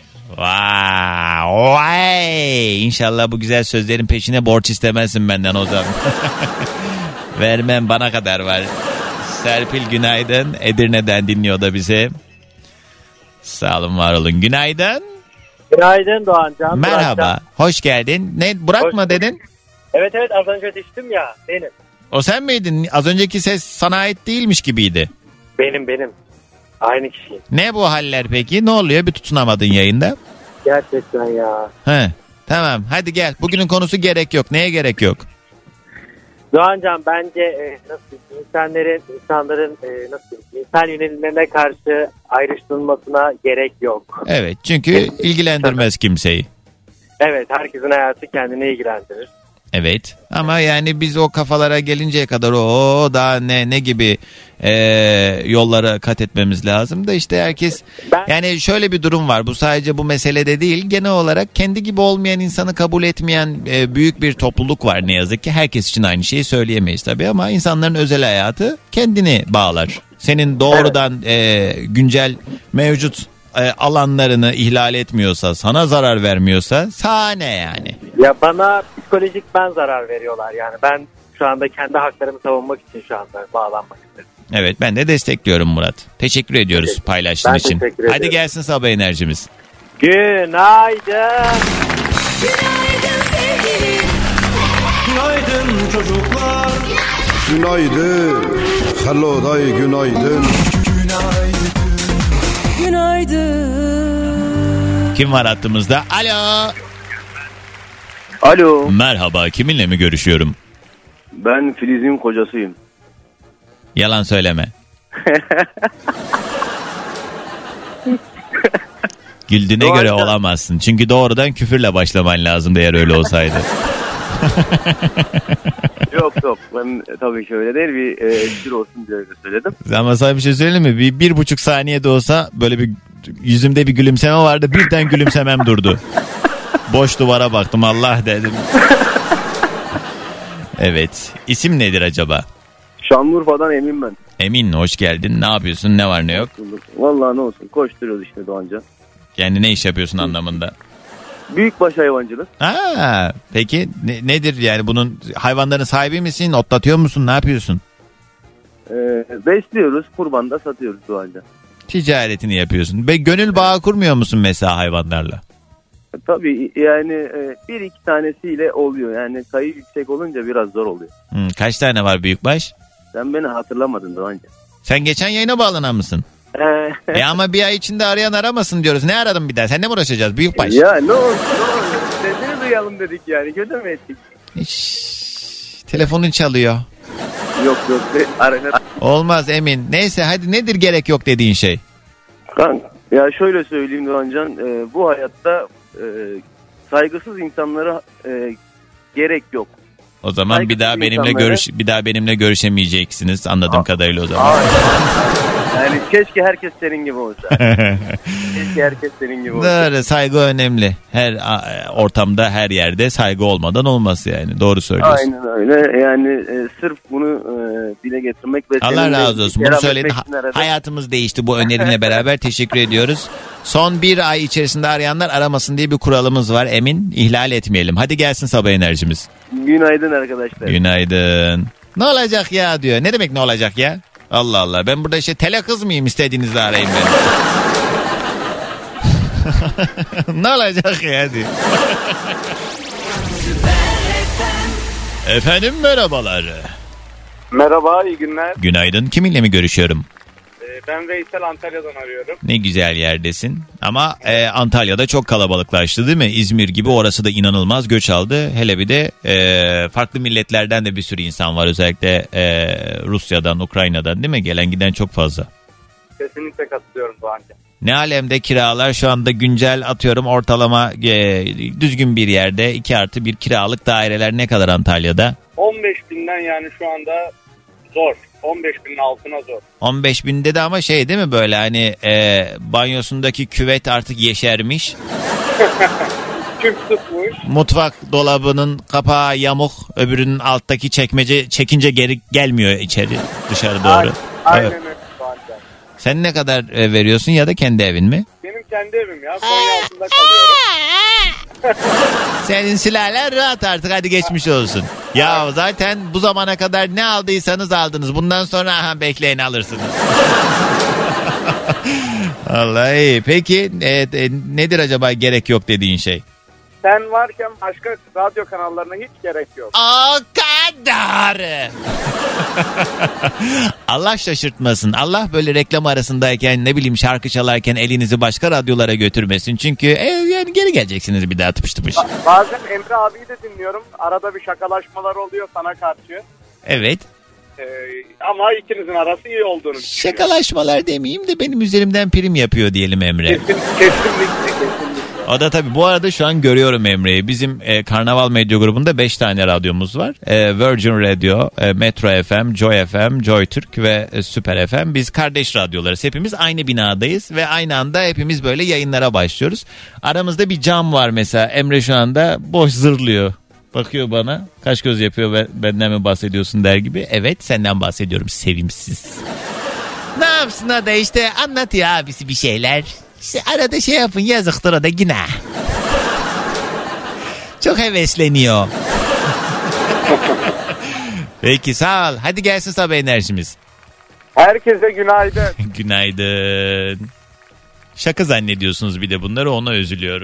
Vay! İnşallah bu güzel sözlerin peşine borç istemezsin benden Ozan. Vermem, bana kadar var. Serpil günaydın. Edirne'den dinliyor da bizi. Sağ olun, var olun. Günaydın. Günaydın Doğancan. Merhaba. Burak'tan. Hoş geldin. Ne Burak mı dedin? Evet az önce düştüm ya, benim. O sen miydin? Az önceki ses sana ait değilmiş gibiydi. Benim. Aynı kişiyim. Ne bu haller peki? Ne oluyor? Bir tutunamadın yayında. Gerçekten ya. He. Tamam hadi gel. Bugünün konusu gerek yok. Neye gerek yok? Doğancan bence insanların insan yönelimlerine karşı ayrıştırılmasına gerek yok. Evet çünkü ilgilendirmez kimseyi. Evet, herkesin hayatı kendine ilgilendirir. Evet ama yani biz o kafalara gelinceye kadar daha ne gibi yollara kat etmemiz lazım da işte herkes yani şöyle bir durum var, bu sadece bu meselede değil, genel olarak kendi gibi olmayan insanı kabul etmeyen büyük bir topluluk var ne yazık ki. Herkes için aynı şeyi söyleyemeyiz tabii ama insanların özel hayatı kendini bağlar. Senin doğrudan güncel mevcut alanlarını ihlal etmiyorsa, sana zarar vermiyorsa sahne yani. Ya bana psikolojik zarar veriyorlar yani. Ben şu anda kendi haklarımı savunmak için şu anda bağlanmak istedim. Evet, ben de destekliyorum Murat. Teşekkür ediyoruz paylaştığın için. Hadi gelsin sabah enerjimiz. Günaydın. Günaydın sevgilim. Günaydın çocuklar. Günaydın. Hello day günaydın. Günaydın. Kim var hattımızda? Alo. Alo. Merhaba, kiminle mi görüşüyorum? Ben Filiz'in kocasıyım. Yalan söyleme. Güldüğüne göre olamazsın. Çünkü doğrudan küfürle başlaman lazım eğer öyle olsaydı. Yok ben tabii ki öyle değil, bir espri olsun diye öyle söyledim. Ama sana bir şey söyleyeyim mi? Bir buçuk saniyede olsa böyle bir yüzümde bir gülümseme vardı, birden gülümsemem durdu. Boş duvara baktım, Allah dedim. Evet, isim nedir acaba? Şanlıurfa'dan Emin ben. Emin, hoş geldin. Ne yapıyorsun, ne var ne yok? Vallahi ne olsun, koşturuyoruz işte Doğancan. Yani ne iş yapıyorsun anlamında? Büyükbaş hayvancılık. Peki nedir yani, bunun hayvanların sahibi misin, otlatıyor musun, ne yapıyorsun? Besliyoruz, kurbanda satıyoruz Doğancan. Ticaretini yapıyorsun. Ve gönül bağı kurmuyor musun mesela hayvanlarla? Tabii yani bir iki tanesiyle oluyor. Yani sayı yüksek olunca biraz zor oluyor. Kaç tane var büyükbaş? Sen beni hatırlamadın daha önce. Sen geçen yayına bağlanan mısın? Ama bir ay içinde arayan aramasın diyoruz. Ne aradın bir daha? Seninle mi uğraşacağız büyükbaş? Ya ne olur. Sesini duyalım dedik yani. Kötü mü ettik? Telefonun çalıyor. Yok. Olmaz Emin. Neyse hadi nedir gerek yok dediğin şey? Ya şöyle söyleyeyim Doğancan. Bu hayatta saygısız insanlara gerek yok. O zaman saygısız bir daha benimle görüşemeyeceksiniz anladığım kadarıyla o zaman. Yani keşke herkes senin gibi olsa. Keşke herkes senin gibi olsa. Doğru, saygı önemli. Her ortamda, her yerde saygı olmadan olmaz yani. Doğru söylüyorsun. Aynen öyle. Yani sırf bunu dile getirmek ve Allah razı olsun. Bunu söyledin. Hayatımız değişti bu önerinle beraber. Teşekkür ediyoruz. Son bir ay içerisinde arayanlar aramasın diye bir kuralımız var. Emin, ihlal etmeyelim. Hadi gelsin sabah enerjimiz. Günaydın arkadaşlar. Günaydın. Ne olacak ya diyor. Ne demek ne olacak ya? Allah Allah. Ben burada tele kız mıyım, istediğinizde arayın beni. Ne olacak ya diyor. Efendim merhabalar. Merhaba, iyi günler. Günaydın. Kiminle mi görüşüyorum? Ben Veysel, Antalya'dan arıyorum. Ne güzel yerdesin. Ama Antalya'da çok kalabalıklaştı değil mi? İzmir gibi orası da inanılmaz göç aldı. Hele bir de farklı milletlerden de bir sürü insan var. Özellikle Rusya'dan, Ukrayna'dan değil mi? Gelen giden çok fazla. Kesinlikle katılıyorum Doğancan. Ne alemde kiralar şu anda güncel atıyorum ortalama düzgün bir yerde 2+1 kiralık daireler ne kadar Antalya'da? 15.000'den yani şu anda zor. 15.000'in altına zor. 15.000'de de ama değil mi böyle hani banyosundaki küvet artık yeşermiş. Küp tutmuş. Mutfak dolabının kapağı yamuk, öbürünün alttaki çekmece çekince geri gelmiyor içeri dışarı doğru. Aynen evet. öyle. Sen ne kadar veriyorsun ya da kendi evin mi? Benim kendi evim ya. Konya altında kalıyorum. Senin sülalen rahat artık, hadi geçmiş olsun. Ya zaten bu zamana kadar ne aldıysanız aldınız. Bundan sonra bekleyin alırsınız. Vallahi peki nedir acaba gerek yok dediğin şey? Sen varken başka radyo kanallarına hiç gerek yok. O kadar. Allah şaşırtmasın. Allah böyle reklam arasındayken ne bileyim şarkı çalarken elinizi başka radyolara götürmesin. Çünkü yani geri geleceksiniz bir daha tıpış tıpış. Bazen Emre abiyi de dinliyorum. Arada bir şakalaşmalar oluyor sana karşı. Evet. Ama ikinizin arası iyi olduğunu düşünüyorum. Şakalaşmalar demeyeyim de benim üzerimden prim yapıyor diyelim Emre. Kesinlikle. O da tabii bu arada şu an görüyorum Emre'yi. Bizim Karnaval Medya grubunda 5 tane radyomuz var. Virgin Radio, Metro FM, Joy FM, Joy Türk ve Süper FM. Biz kardeş radyolarız. Hepimiz aynı binadayız ve aynı anda hepimiz böyle yayınlara başlıyoruz. Aramızda bir cam var mesela. Emre şu anda boş zırlıyor. Bakıyor bana. Kaş göz yapıyor, benden mi bahsediyorsun der gibi. Evet, senden bahsediyorum sevimsiz. Ne yapsın o da işte anlatıyor abisi bir şeyler. İşte arada yapın, yazıktır o da günah. Çok hevesleniyor. Peki sağ ol. Hadi gelsin sabah enerjimiz. Herkese günaydın. Günaydın. Şaka zannediyorsunuz bir de bunları, ona üzülüyorum.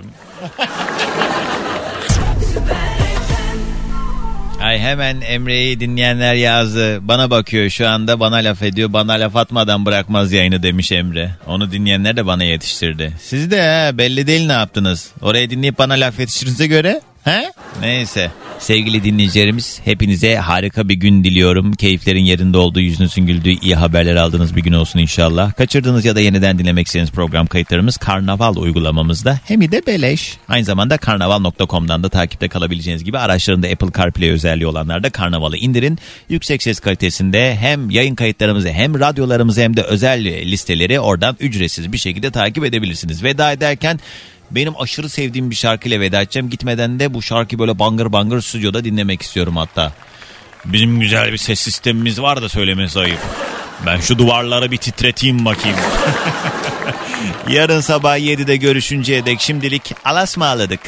Ay hemen Emre'yi dinleyenler yazdı. Bana bakıyor şu anda, bana laf ediyor. Bana laf atmadan bırakmaz yayını demiş Emre. Onu dinleyenler de bana yetiştirdi. Siz de belli değil ne yaptınız. Oraya dinleyip bana laf yetiştirinize göre. Neyse. Sevgili dinleyicilerimiz, hepinize harika bir gün diliyorum. Keyiflerin yerinde olduğu, yüzünüzün güldüğü, iyi haberler aldığınız bir gün olsun inşallah. Kaçırdığınız ya da yeniden dinlemek istediğiniz program kayıtlarımız Karnaval uygulamamızda. Hem de beleş. Aynı zamanda karnaval.com'dan da takipte kalabileceğiniz gibi araçlarında Apple CarPlay özelliği olanlar da Karnaval'ı indirin. Yüksek ses kalitesinde hem yayın kayıtlarımızı hem radyolarımızı hem de özel listeleri oradan ücretsiz bir şekilde takip edebilirsiniz. Veda ederken benim aşırı sevdiğim bir şarkıyla veda edeceğim. Gitmeden de bu şarkıyı böyle bangır bangır stüdyoda dinlemek istiyorum hatta. Bizim güzel bir ses sistemimiz var da söylemesi ayıp. Ben şu duvarları bir titreteyim bakayım. Yarın sabah 7'de görüşünceye dek şimdilik alasmaladık.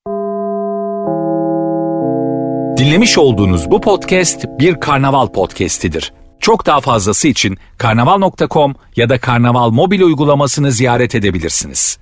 Dinlemiş olduğunuz bu podcast bir Karnaval podcastidir. Çok daha fazlası için karnaval.com ya da Karnaval mobil uygulamasını ziyaret edebilirsiniz.